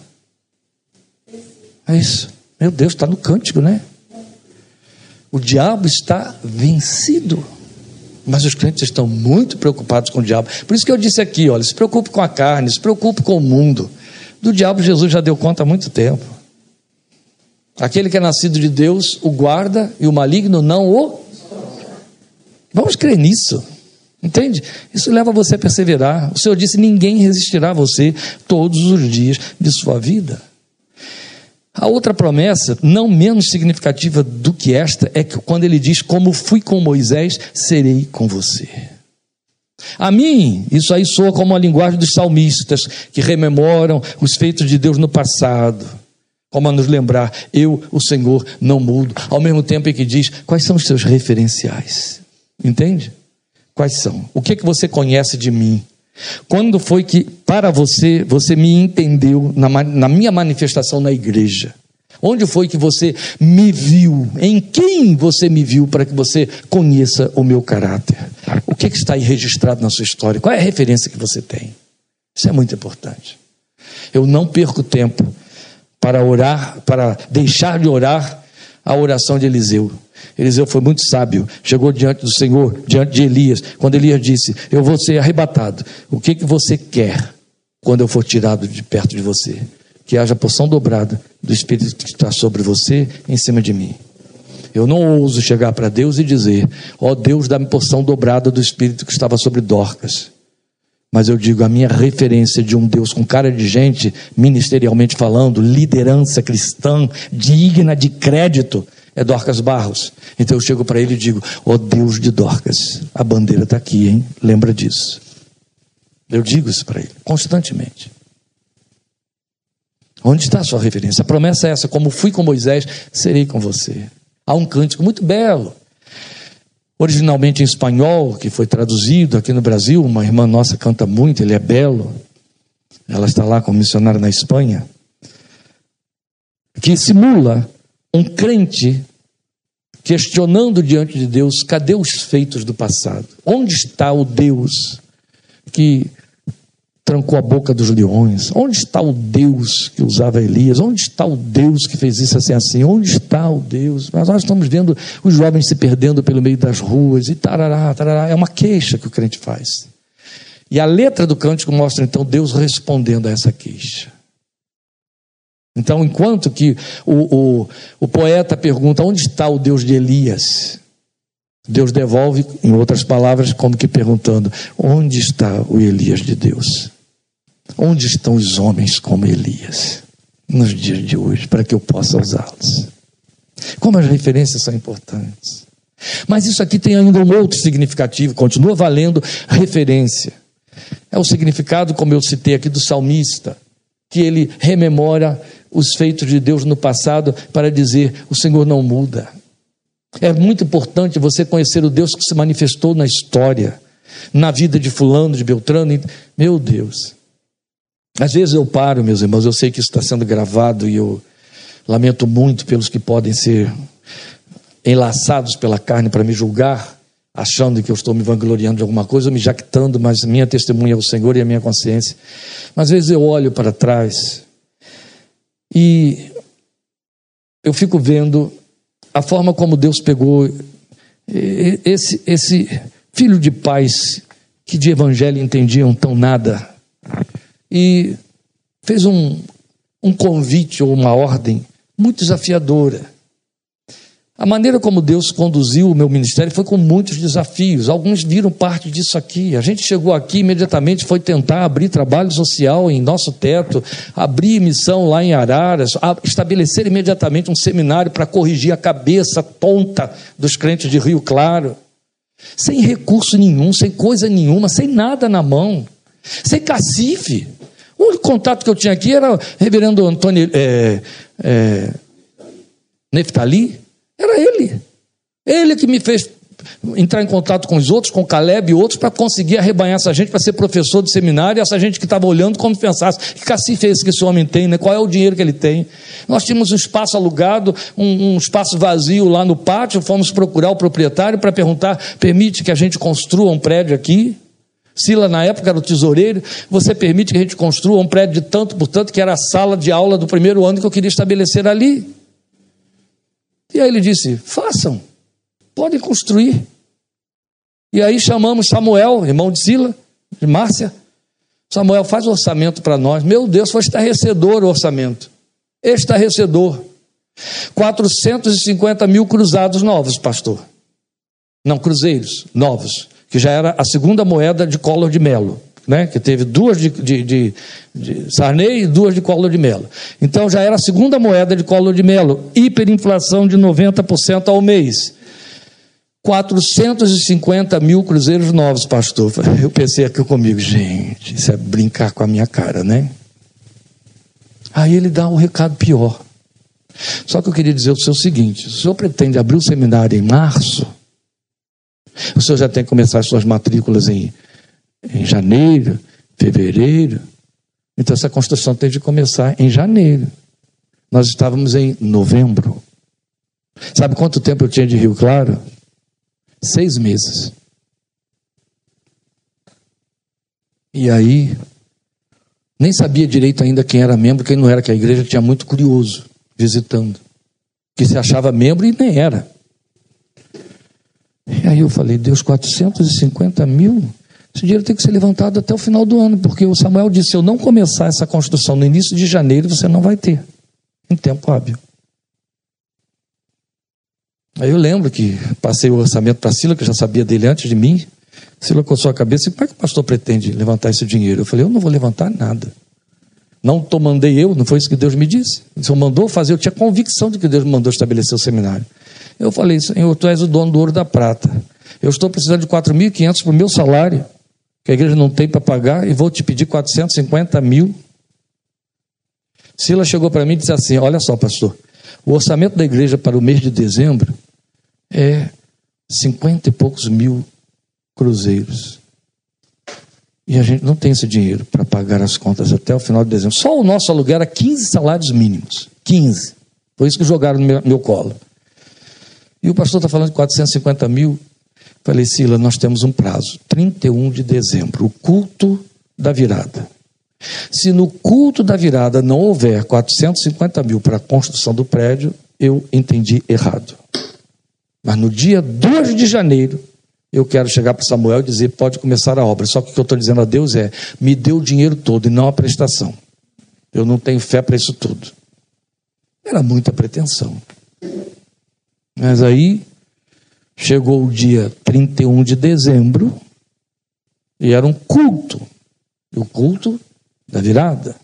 Speaker 1: É isso. Meu Deus, está no cântico, né? O diabo está vencido. Mas os crentes estão muito preocupados com o diabo. Por isso que eu disse aqui, olha, se preocupe com a carne, se preocupe com o mundo. Do diabo Jesus já deu conta há muito tempo. Aquele que é nascido de Deus o guarda e o maligno não o... Vamos crer nisso. Entende? Isso leva você a perseverar. O Senhor disse, ninguém resistirá a você todos os dias de sua vida. A outra promessa, não menos significativa do que esta, é que quando ele diz, como fui com Moisés, serei com você. A mim, isso aí soa como a linguagem dos salmistas, que rememoram os feitos de Deus no passado. como a nos lembrar, eu, o Senhor, não mudo. Ao mesmo tempo em que diz, quais são os seus referenciais? Entende? Quais são? O que é que você conhece de mim? Quando foi que, para você, você me entendeu na minha manifestação na igreja? Onde foi que você me viu? Em quem você me viu para que você conheça o meu caráter? O que está aí registrado na sua história? Qual é a referência que você tem? Isso é muito importante. Eu não perco tempo para orar, para deixar de orar a oração de Eliseu. Eliseu foi muito sábio, chegou diante do Senhor, diante de Elias, quando Elias disse, eu vou ser arrebatado. O que você quer quando eu for tirado de perto de você? Que haja porção dobrada do Espírito que está sobre você, em cima de mim. Eu não ouso chegar para Deus e dizer, ó Deus, dá-me porção dobrada do Espírito que estava sobre Dorcas. Mas eu digo, a minha referência de um Deus com cara de gente, ministerialmente falando, liderança cristã, digna de crédito, é Dorcas Barros. Então eu chego para ele e digo, ó Deus de Dorcas, a bandeira está aqui, hein? Lembra disso. Eu digo isso para ele, constantemente. Onde está a sua referência? A promessa é essa, como fui com Moisés, serei com você. Há um cântico muito belo, originalmente em espanhol, que foi traduzido aqui no Brasil, uma irmã nossa canta muito, ele é belo, ela está lá como missionária na Espanha, que simula um crente questionando diante de Deus, cadê os feitos do passado? Onde está o Deus que trancou a boca dos leões? Onde está o Deus que usava Elias? Onde está o Deus que fez isso assim? Onde está o Deus? Mas nós estamos vendo os jovens se perdendo pelo meio das ruas e tarará, tarará. É uma queixa que o crente faz. E a letra do cântico mostra então Deus respondendo a essa queixa. Então, enquanto que o poeta pergunta, onde está o Deus de Elias? Deus devolve, em outras palavras, como que perguntando, onde está o Elias de Deus? Onde estão os homens como Elias nos dias de hoje, para que eu possa usá-los? Como as referências são importantes. Mas isso aqui tem ainda um outro significativo, continua valendo referência. É o significado, como eu citei aqui, do salmista, que ele rememora os feitos de Deus no passado para dizer, o Senhor não muda. É muito importante você conhecer o Deus que se manifestou na história, na vida de fulano, de Beltrano. Meu Deus. Às vezes eu paro, meus irmãos, eu sei que isso está sendo gravado e eu lamento muito pelos que podem ser enlaçados pela carne para me julgar, achando que eu estou me vangloriando de alguma coisa, me jactando, mas minha testemunha é o Senhor e a minha consciência. Mas às vezes eu olho para trás e eu fico vendo a forma como Deus pegou esse filho de pais que de evangelho entendiam tão nada e fez um convite ou uma ordem muito desafiadora. A maneira como Deus conduziu o meu ministério foi com muitos desafios. Alguns viram parte disso aqui. A gente chegou aqui imediatamente, foi tentar abrir trabalho social em nosso teto, abrir missão lá em Araras, estabelecer imediatamente um seminário para corrigir a cabeça tonta dos crentes de Rio Claro. Sem recurso nenhum, sem coisa nenhuma, sem nada na mão, sem cacife. O único contato que eu tinha aqui era o reverendo Antônio Neftali. Era ele que me fez entrar em contato com os outros, com Caleb e outros, para conseguir arrebanhar essa gente, para ser professor de seminário, e essa gente que estava olhando como pensasse, que cacife é esse que esse homem tem, né? Qual é o dinheiro que ele tem? Nós tínhamos um espaço alugado, um espaço vazio lá no pátio, fomos procurar o proprietário para perguntar, permite que a gente construa um prédio aqui? Sila, na época, era o tesoureiro, você permite que a gente construa um prédio de tanto por tanto, que era a sala de aula do primeiro ano que eu queria estabelecer ali? E aí ele disse, façam, podem construir. E aí chamamos Samuel, irmão de Sila, de Márcia. Samuel, faz o orçamento para nós. Meu Deus, foi estarrecedor o orçamento. Estarrecedor. 450 mil cruzados novos, pastor. Não, cruzeiros novos, que já era a segunda moeda de Collor de Mello, né? Que teve duas de Sarney e duas de Collor de Mello. Então já era a segunda moeda de Collor de Mello, hiperinflação de 90% ao mês. 450 mil cruzeiros novos, pastor. Eu pensei aqui comigo, gente, isso é brincar com a minha cara, né? Aí ele dá um recado pior. Só que eu queria dizer o senhor o seguinte: o senhor pretende abrir o seminário em março, o senhor já tem que começar as suas matrículas em janeiro, fevereiro, então essa construção tem de começar em janeiro. Nós estávamos em novembro. Sabe quanto tempo eu tinha de Rio Claro? 6 meses. E aí, nem sabia direito ainda quem era membro, quem não era, que a igreja tinha muito curioso visitando, que se achava membro e nem era. E aí eu falei: Deus, 450 mil? Esse dinheiro tem que ser levantado até o final do ano, porque o Samuel disse: se eu não começar essa construção no início de janeiro, você não vai ter em tempo hábil. Aí eu lembro que passei o orçamento para Sila, que eu já sabia dele antes de mim. Sila coçou a cabeça e: como é que o pastor pretende levantar esse dinheiro? Eu falei: eu não vou levantar nada. Não mandei eu, não foi isso que Deus me disse. O Senhor mandou fazer, eu tinha convicção de que Deus me mandou estabelecer o seminário. Eu falei: Senhor, tu és o dono do ouro e da prata. Eu estou precisando de 4.500 para o meu salário, que a igreja não tem para pagar, e vou te pedir 450 mil. Sila chegou para mim e disse assim: olha só, pastor, o orçamento da igreja para o mês de dezembro é 50 e poucos mil cruzeiros. E a gente não tem esse dinheiro para pagar as contas até o final de dezembro. Só o nosso aluguel era 15 salários mínimos. 15. Foi isso que jogaram no meu colo. E o pastor está falando de 450 mil. Falei: Sila, nós temos um prazo, 31 de dezembro, o culto da virada. Se no culto da virada não houver 450 mil para a construção do prédio, eu entendi errado. Mas no dia 2 de janeiro, eu quero chegar para Samuel e dizer: pode começar a obra. Só que o que eu estou dizendo a Deus é: me dê o dinheiro todo e não a prestação. Eu não tenho fé para isso tudo. Era muita pretensão. Mas aí chegou o dia 31 de dezembro e era um culto. O culto da virada.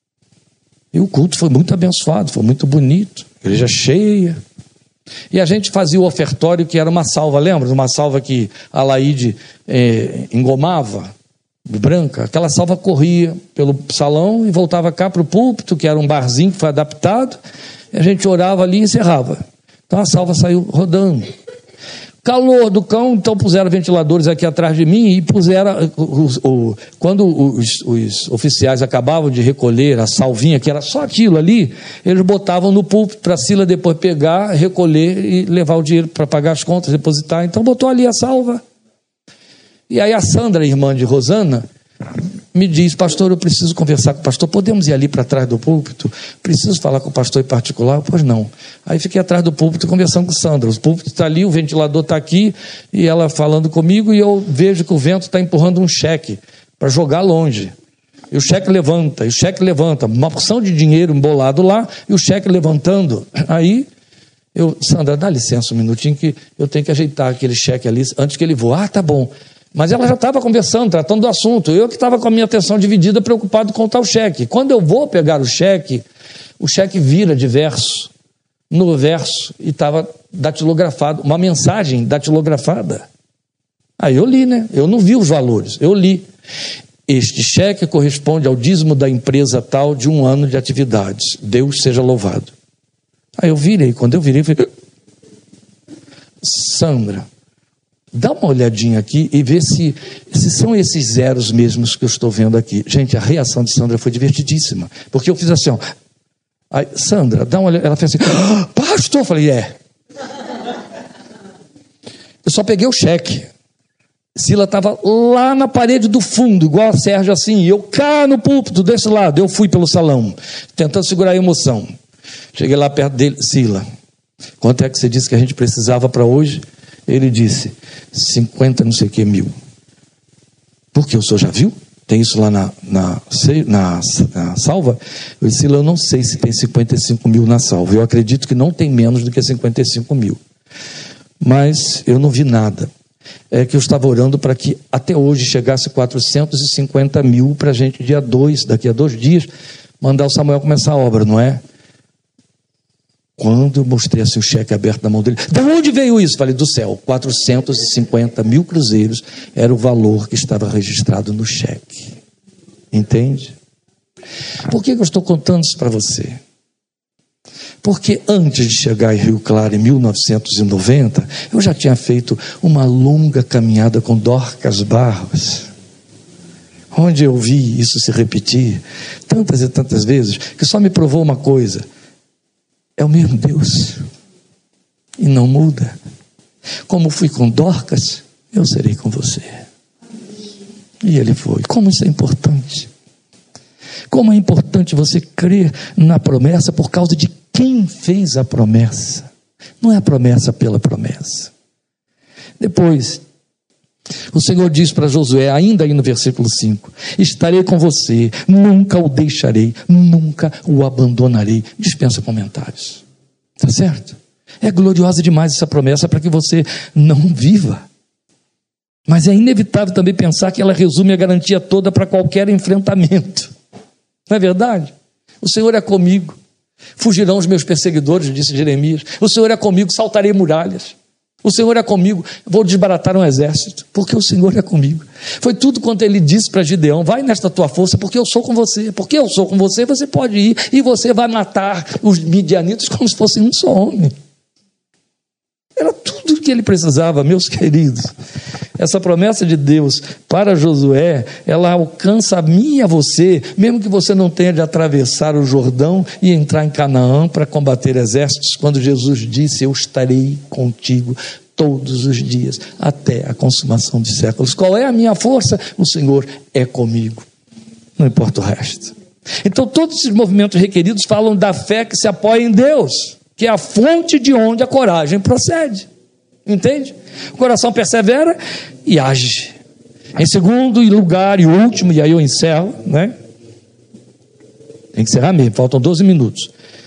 Speaker 1: E o culto foi muito abençoado, foi muito bonito. Igreja cheia. E a gente fazia o ofertório, que era uma salva, lembra? Uma salva que a Laíde engomava, branca. Aquela salva corria pelo salão e voltava cá para o púlpito, que era um barzinho que foi adaptado. E a gente orava ali e encerrava. Então a salva saiu rodando. Calor do cão, então puseram ventiladores aqui atrás de mim e puseram, quando os oficiais acabavam de recolher a salvinha, que era só aquilo ali, eles botavam no púlpito para a Sila depois pegar, recolher e levar o dinheiro para pagar as contas, depositar. Então botou ali a salva. E aí a Sandra, irmã de Rosana, me diz: pastor, eu preciso conversar com o pastor, podemos ir ali para trás do púlpito? Preciso falar com o pastor em particular? Pois não. Aí fiquei atrás do púlpito conversando com Sandra. O púlpito está ali, o ventilador está aqui, e ela falando comigo, e eu vejo que o vento está empurrando um cheque para jogar longe. E o cheque levanta, uma porção de dinheiro embolado lá, e o cheque levantando. Aí Sandra, dá licença um minutinho que eu tenho que ajeitar aquele cheque ali antes que ele voe. Ah, tá bom. Mas ela já estava conversando, tratando do assunto. Eu que estava com a minha atenção dividida, preocupado com tal cheque. Quando eu vou pegar o cheque vira de verso. No verso, e estava datilografado, uma mensagem datilografada. Aí eu li, né? Eu não vi os valores, eu li. Este cheque corresponde ao dízimo da empresa tal de 1 ano de atividades. Deus seja louvado. Aí eu virei, quando eu virei, falei: Sandra, dá uma olhadinha aqui e vê se são esses zeros mesmos que eu estou vendo aqui. Gente, a reação de Sandra foi divertidíssima, porque eu fiz assim, ó. Aí, Sandra, dá uma olhada. Ela fez assim: pastor, eu falei: Eu só peguei o cheque. Sila estava lá na parede do fundo, igual a Sérgio assim, e eu cá no púlpito desse lado. Eu fui pelo salão, tentando segurar a emoção. Cheguei lá perto dele: Sila, quanto é que você disse que a gente precisava para hoje? Ele disse: 50 não sei o que mil. Por que o senhor já viu? Tem isso lá na salva? Eu disse: eu não sei se tem 55 mil na salva. Eu acredito que não tem menos do que 55 mil. Mas eu não vi nada. É que eu estava orando para que até hoje chegasse 450 mil para a gente, dia 2, daqui a 2 dias, mandar o Samuel começar a obra, não é? Quando eu mostrei assim o cheque aberto na mão dele: de onde veio isso? Falei: do céu. 450 mil cruzeiros era o valor que estava registrado no cheque. Entende? Por que eu estou contando isso para você? Porque antes de chegar em Rio Claro, em 1990, eu já tinha feito uma longa caminhada com Dorcas Barros, onde eu vi isso se repetir tantas e tantas vezes, que só me provou uma coisa: é o mesmo Deus, e não muda. Como fui com Dorcas, eu serei com você. E ele foi. Como isso é importante. Como é importante você crer na promessa por causa de quem fez a promessa. Não é a promessa pela promessa. Depois, o Senhor diz para Josué, ainda aí no versículo 5: estarei com você, nunca o deixarei, nunca o abandonarei. Dispensa comentários. Está certo? É gloriosa demais essa promessa para que você não viva. Mas é inevitável também pensar que ela resume a garantia toda para qualquer enfrentamento. Não é verdade? O Senhor é comigo. Fugirão os meus perseguidores, disse Jeremias. O Senhor é comigo, saltarei muralhas. O Senhor é comigo, vou desbaratar um exército, porque o Senhor é comigo. Foi tudo quanto ele disse para Gideão: vai nesta tua força, porque eu sou com você. Porque eu sou com você, você pode ir e você vai matar os midianitas como se fossem um só homem. Era tudo o que ele precisava, meus queridos. Essa promessa de Deus para Josué, ela alcança a mim e a você, mesmo que você não tenha de atravessar o Jordão e entrar em Canaã para combater exércitos, quando Jesus disse: eu estarei contigo todos os dias, até a consumação dos séculos. Qual é a minha força? O Senhor é comigo, não importa o resto. Então todos esses movimentos requeridos falam da fé que se apoia em Deus, que é a fonte de onde a coragem procede. Entende? O coração persevera e age. Em segundo lugar e último, e aí eu encerro, né? Tem que encerrar mesmo, faltam 12 minutos.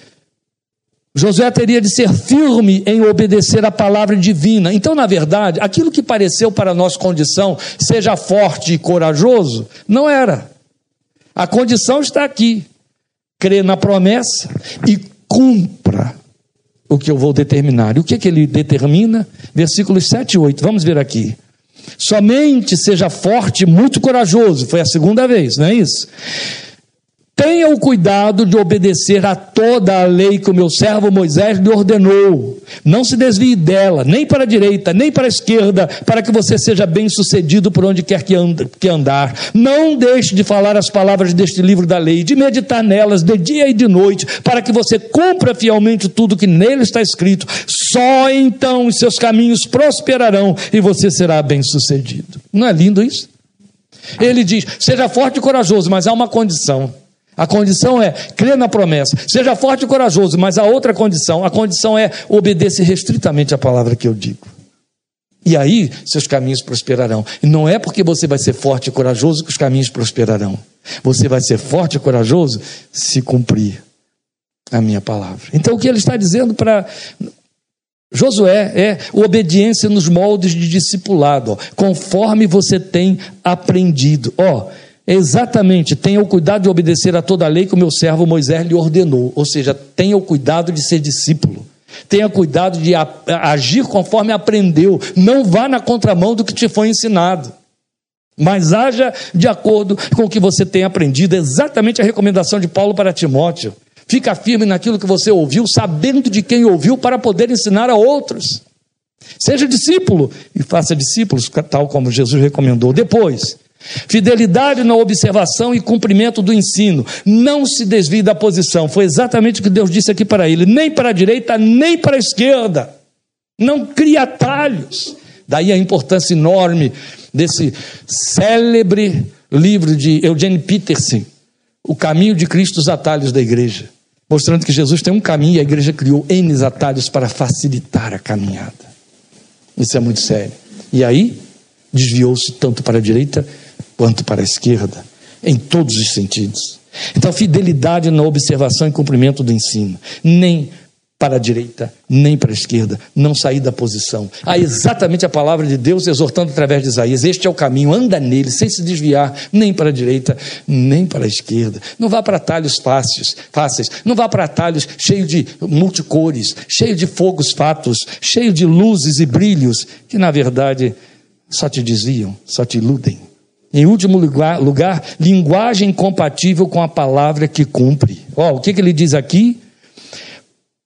Speaker 1: Josué teria de ser firme em obedecer a palavra divina. Então, na verdade, aquilo que pareceu para a nossa condição, seja forte e corajoso, não era. A condição está aqui: crer na promessa e cumpra o que eu vou determinar. E o que ele determina? Versículos 7 e 8, vamos ver aqui. Somente seja forte e muito corajoso. Foi a segunda vez, não é isso? Tenha o cuidado de obedecer a toda a lei que o meu servo Moisés lhe ordenou. Não se desvie dela, nem para a direita, nem para a esquerda, para que você seja bem sucedido por onde quer que andar. Não deixe de falar as palavras deste livro da lei, de meditar nelas de dia e de noite, para que você cumpra fielmente tudo que nele está escrito. Só então os seus caminhos prosperarão e você será bem sucedido. Não é lindo isso? Ele diz: seja forte e corajoso, mas há uma condição. A condição é crer na promessa. Seja forte e corajoso, mas há outra condição. A condição é obedecer restritamente a palavra que eu digo. E aí seus caminhos prosperarão. E não é porque você vai ser forte e corajoso que os caminhos prosperarão. Você vai ser forte e corajoso se cumprir a minha palavra. Então o que ele está dizendo para Josué é obediência nos moldes de discipulado, conforme você tem aprendido. Exatamente, tenha o cuidado de obedecer a toda a lei que o meu servo Moisés lhe ordenou. Ou seja, tenha o cuidado de ser discípulo. Tenha cuidado de agir conforme aprendeu. Não vá na contramão do que te foi ensinado, mas haja de acordo com o que você tem aprendido. Exatamente a recomendação de Paulo para Timóteo. Fica firme naquilo que você ouviu, sabendo de quem ouviu, para poder ensinar a outros. Seja discípulo e faça discípulos, tal como Jesus recomendou. Depois, fidelidade na observação e cumprimento do ensino. Não se desvie da posição. Foi exatamente o que Deus disse aqui para ele: nem para a direita, nem para a esquerda. Não crie atalhos. Daí a importância enorme desse célebre livro de Eugene Peterson, O Caminho de Cristo, os Atalhos da Igreja, mostrando que Jesus tem um caminho e a igreja criou N atalhos para facilitar a caminhada. Isso é muito sério. E aí desviou-se tanto para a direita quanto para a esquerda, em todos os sentidos. Então, fidelidade na observação e cumprimento do ensino. Nem para a direita, nem para a esquerda, não sair da posição. Há exatamente a palavra de Deus exortando através de Isaías: este é o caminho, anda nele, sem se desviar, nem para a direita, nem para a esquerda. Não vá para atalhos fáceis, não vá para atalhos cheios de multicores, cheio de fogos fatos, cheio de luzes e brilhos, que na verdade só te desviam, só te iludem. Em último lugar, linguagem compatível com a palavra que cumpre. O que ele diz aqui?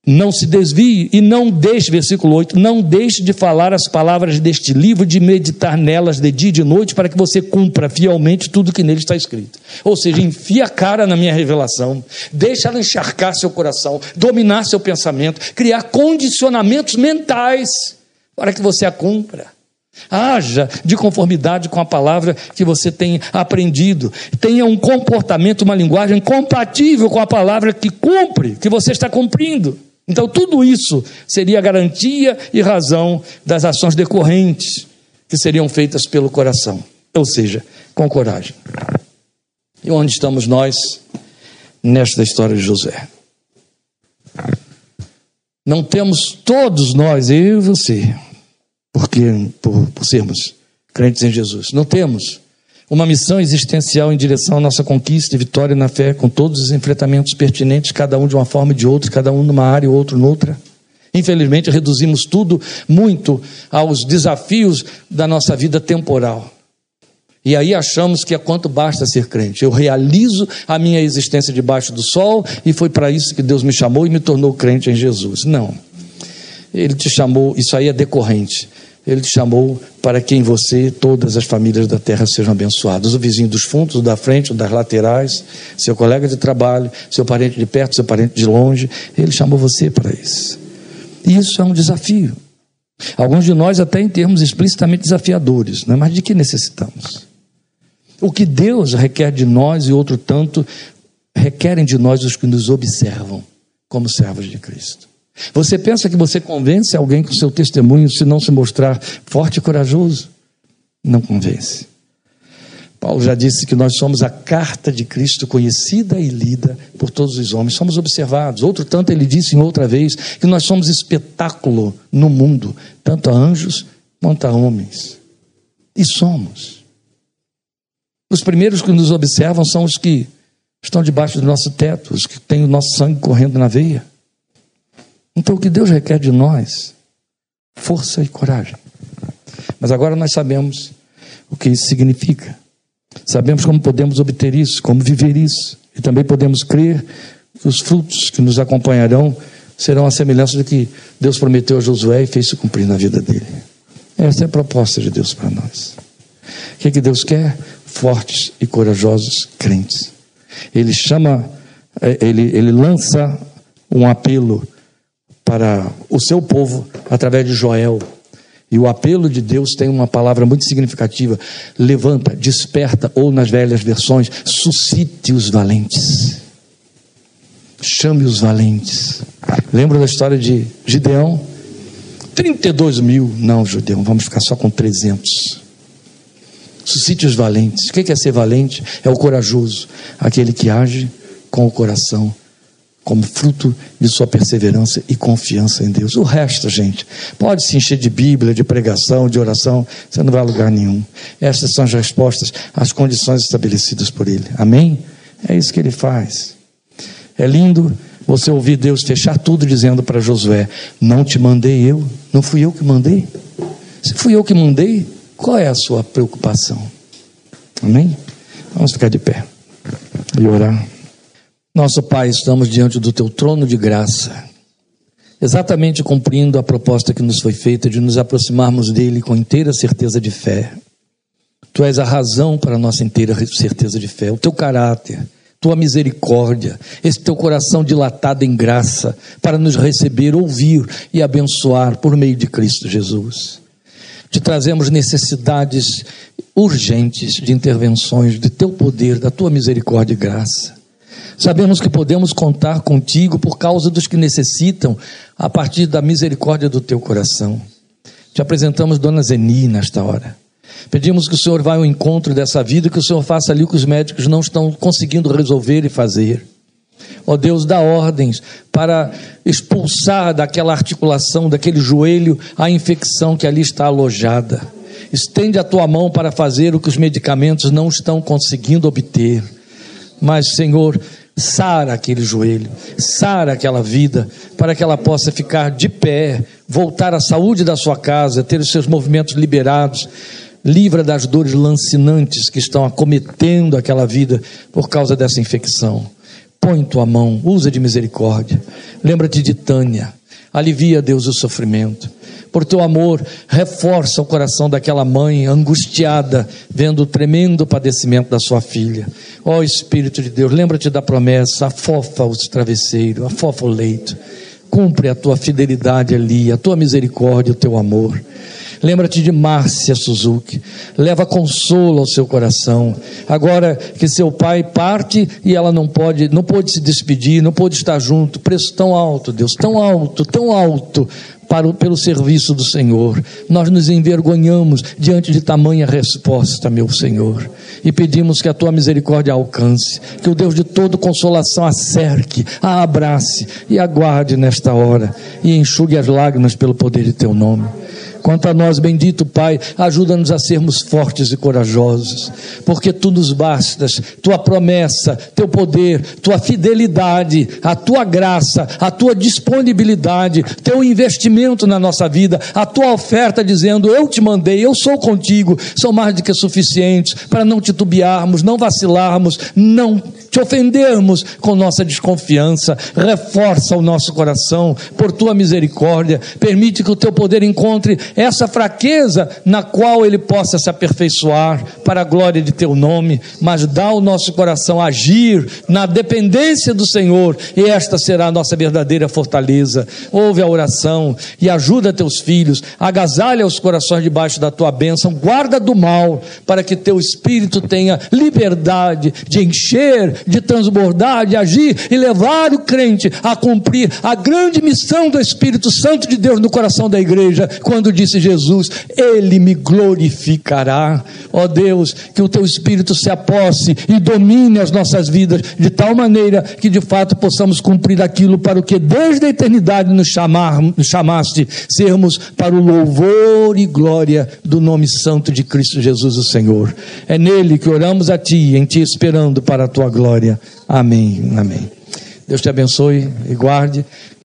Speaker 1: Não se desvie e não deixe, versículo 8, não deixe de falar as palavras deste livro, de meditar nelas de dia e de noite, para que você cumpra fielmente tudo que nele está escrito. Ou seja, enfia a cara na minha revelação, deixa ela encharcar seu coração, dominar seu pensamento, criar condicionamentos mentais para que você a cumpra. Haja de conformidade com a palavra que você tem aprendido. Tenha um comportamento, uma linguagem compatível com a palavra que cumpre, que você está cumprindo. Então tudo isso seria garantia e razão das ações decorrentes que seriam feitas pelo coração, ou seja, com coragem. E onde estamos nós nesta história de José? Não temos todos nós, eu e você, porque por sermos crentes em Jesus, não temos uma missão existencial em direção à nossa conquista e vitória na fé, com todos os enfrentamentos pertinentes, cada um de uma forma e de outra, cada um numa área e outro noutra. Infelizmente, reduzimos tudo muito aos desafios da nossa vida temporal. E aí achamos que é quanto basta ser crente. Eu realizo a minha existência debaixo do sol e foi para isso que Deus me chamou e me tornou crente em Jesus. Não. Ele te chamou, isso aí é decorrente. Ele te chamou para que em você todas as famílias da terra sejam abençoadas. O vizinho dos fundos, o da frente, o das laterais, seu colega de trabalho, seu parente de perto, seu parente de longe. Ele chamou você para isso. E isso é um desafio. Alguns de nós até em termos explicitamente desafiadores, né? Mas de que necessitamos? O que Deus requer de nós e outro tanto requerem de nós os que nos observam como servos de Cristo. Você pensa que você convence alguém com seu testemunho se não se mostrar forte e corajoso? Não convence. Paulo já disse que nós somos a carta de Cristo conhecida e lida por todos os homens. Somos observados. Outro tanto ele disse em outra vez que nós somos espetáculo no mundo, tanto a anjos quanto a homens. E somos. Os primeiros que nos observam são os que estão debaixo do nosso teto, os que têm o nosso sangue correndo na veia. Então o que Deus requer de nós? Força e coragem. Mas agora nós sabemos o que isso significa. Sabemos como podemos obter isso, como viver isso. E também podemos crer que os frutos que nos acompanharão serão a semelhança do que Deus prometeu a Josué e fez se cumprir na vida dele. Essa é a proposta de Deus para nós. O que Deus quer? Fortes e corajosos crentes. Ele lança um apelo para o seu povo através de Joel. E o apelo de Deus tem uma palavra muito significativa: levanta, desperta, ou nas velhas versões, suscite os valentes. Chame os valentes. Lembra da história de Gideão? 32 mil, não, Gideão, vamos ficar só com 300. Suscite os valentes. O que é ser valente? É o corajoso, aquele que age com o coração, como fruto de sua perseverança e confiança em Deus. O resto, gente, pode se encher de Bíblia, de pregação, de oração, você não vai a lugar nenhum. Essas são as respostas às condições estabelecidas por Ele. Amém? É isso que Ele faz. É lindo você ouvir Deus fechar tudo dizendo para Josué: não te mandei eu, não fui eu que mandei. Se fui eu que mandei, qual é a sua preocupação? Amém? Vamos ficar de pé e orar. Nosso Pai, estamos diante do Teu trono de graça, exatamente cumprindo a proposta que nos foi feita de nos aproximarmos dEle com inteira certeza de fé. Tu és a razão para a nossa inteira certeza de fé, o Teu caráter, Tua misericórdia, esse Teu coração dilatado em graça para nos receber, ouvir e abençoar por meio de Cristo Jesus. Te trazemos necessidades urgentes de intervenções de Teu poder, da Tua misericórdia e graça. Sabemos que podemos contar contigo por causa dos que necessitam, a partir da misericórdia do Teu coração. Te apresentamos Dona Zeni nesta hora. Pedimos que o Senhor vá ao encontro dessa vida, que o Senhor faça ali o que os médicos não estão conseguindo resolver e fazer. Ó Deus, dá ordens para expulsar daquela articulação, daquele joelho, a infecção que ali está alojada. Estende a Tua mão para fazer o que os medicamentos não estão conseguindo obter. Mas, Senhor, sara aquele joelho, sara aquela vida, para que ela possa ficar de pé, voltar à saúde da sua casa, ter os seus movimentos liberados. Livra das dores lancinantes que estão acometendo aquela vida por causa dessa infecção. põe tua mão, usa de misericórdia. Lembra-te de Tânia, alivia, Deus, o sofrimento. Por teu amor, reforça o coração daquela mãe angustiada, vendo o tremendo padecimento da sua filha. Ó Espírito de Deus, lembra-te da promessa, afofa os travesseiros, afofa o leito. Cumpre a tua fidelidade ali, a tua misericórdia, o teu amor. Lembra-te de Márcia Suzuki, leva consolo ao seu coração, agora que seu pai parte e ela não pôde se despedir, não pôde estar junto, preço tão alto, Deus, tão alto, pelo serviço do Senhor. Nós nos envergonhamos diante de tamanha resposta, meu Senhor, e pedimos que a tua misericórdia alcance, que o Deus de toda consolação a cerque, a abrace e aguarde nesta hora e enxugue as lágrimas pelo poder de teu nome. Quanto a nós, bendito Pai, ajuda-nos a sermos fortes e corajosos, porque Tu nos bastas, Tua promessa, Teu poder, Tua fidelidade, a Tua graça, a Tua disponibilidade, Teu investimento na nossa vida, a Tua oferta dizendo, eu te mandei, eu sou contigo, são mais do que suficientes para não titubearmos, não vacilarmos, não te ofendermos com nossa desconfiança. Reforça o nosso coração por Tua misericórdia, permite que o Teu poder encontre essa fraqueza na qual ele possa se aperfeiçoar para a glória de Teu nome, mas dá ao nosso coração agir na dependência do Senhor, e esta será a nossa verdadeira fortaleza. Ouve a oração e ajuda Teus filhos, agasalha os corações debaixo da Tua bênção, guarda do mal, para que Teu Espírito tenha liberdade de encher, de transbordar, de agir e levar o crente a cumprir a grande missão do Espírito Santo de Deus no coração da igreja, quando disse Jesus, Ele me glorificará. Ó Deus, que o Teu Espírito se aposse e domine as nossas vidas, de tal maneira que de fato possamos cumprir aquilo para o que desde a eternidade nos chamaste, sermos para o louvor e glória do nome santo de Cristo Jesus o Senhor. É nele que oramos a Ti, em Ti esperando para a Tua glória. Amém, amém. Deus te abençoe e guarde.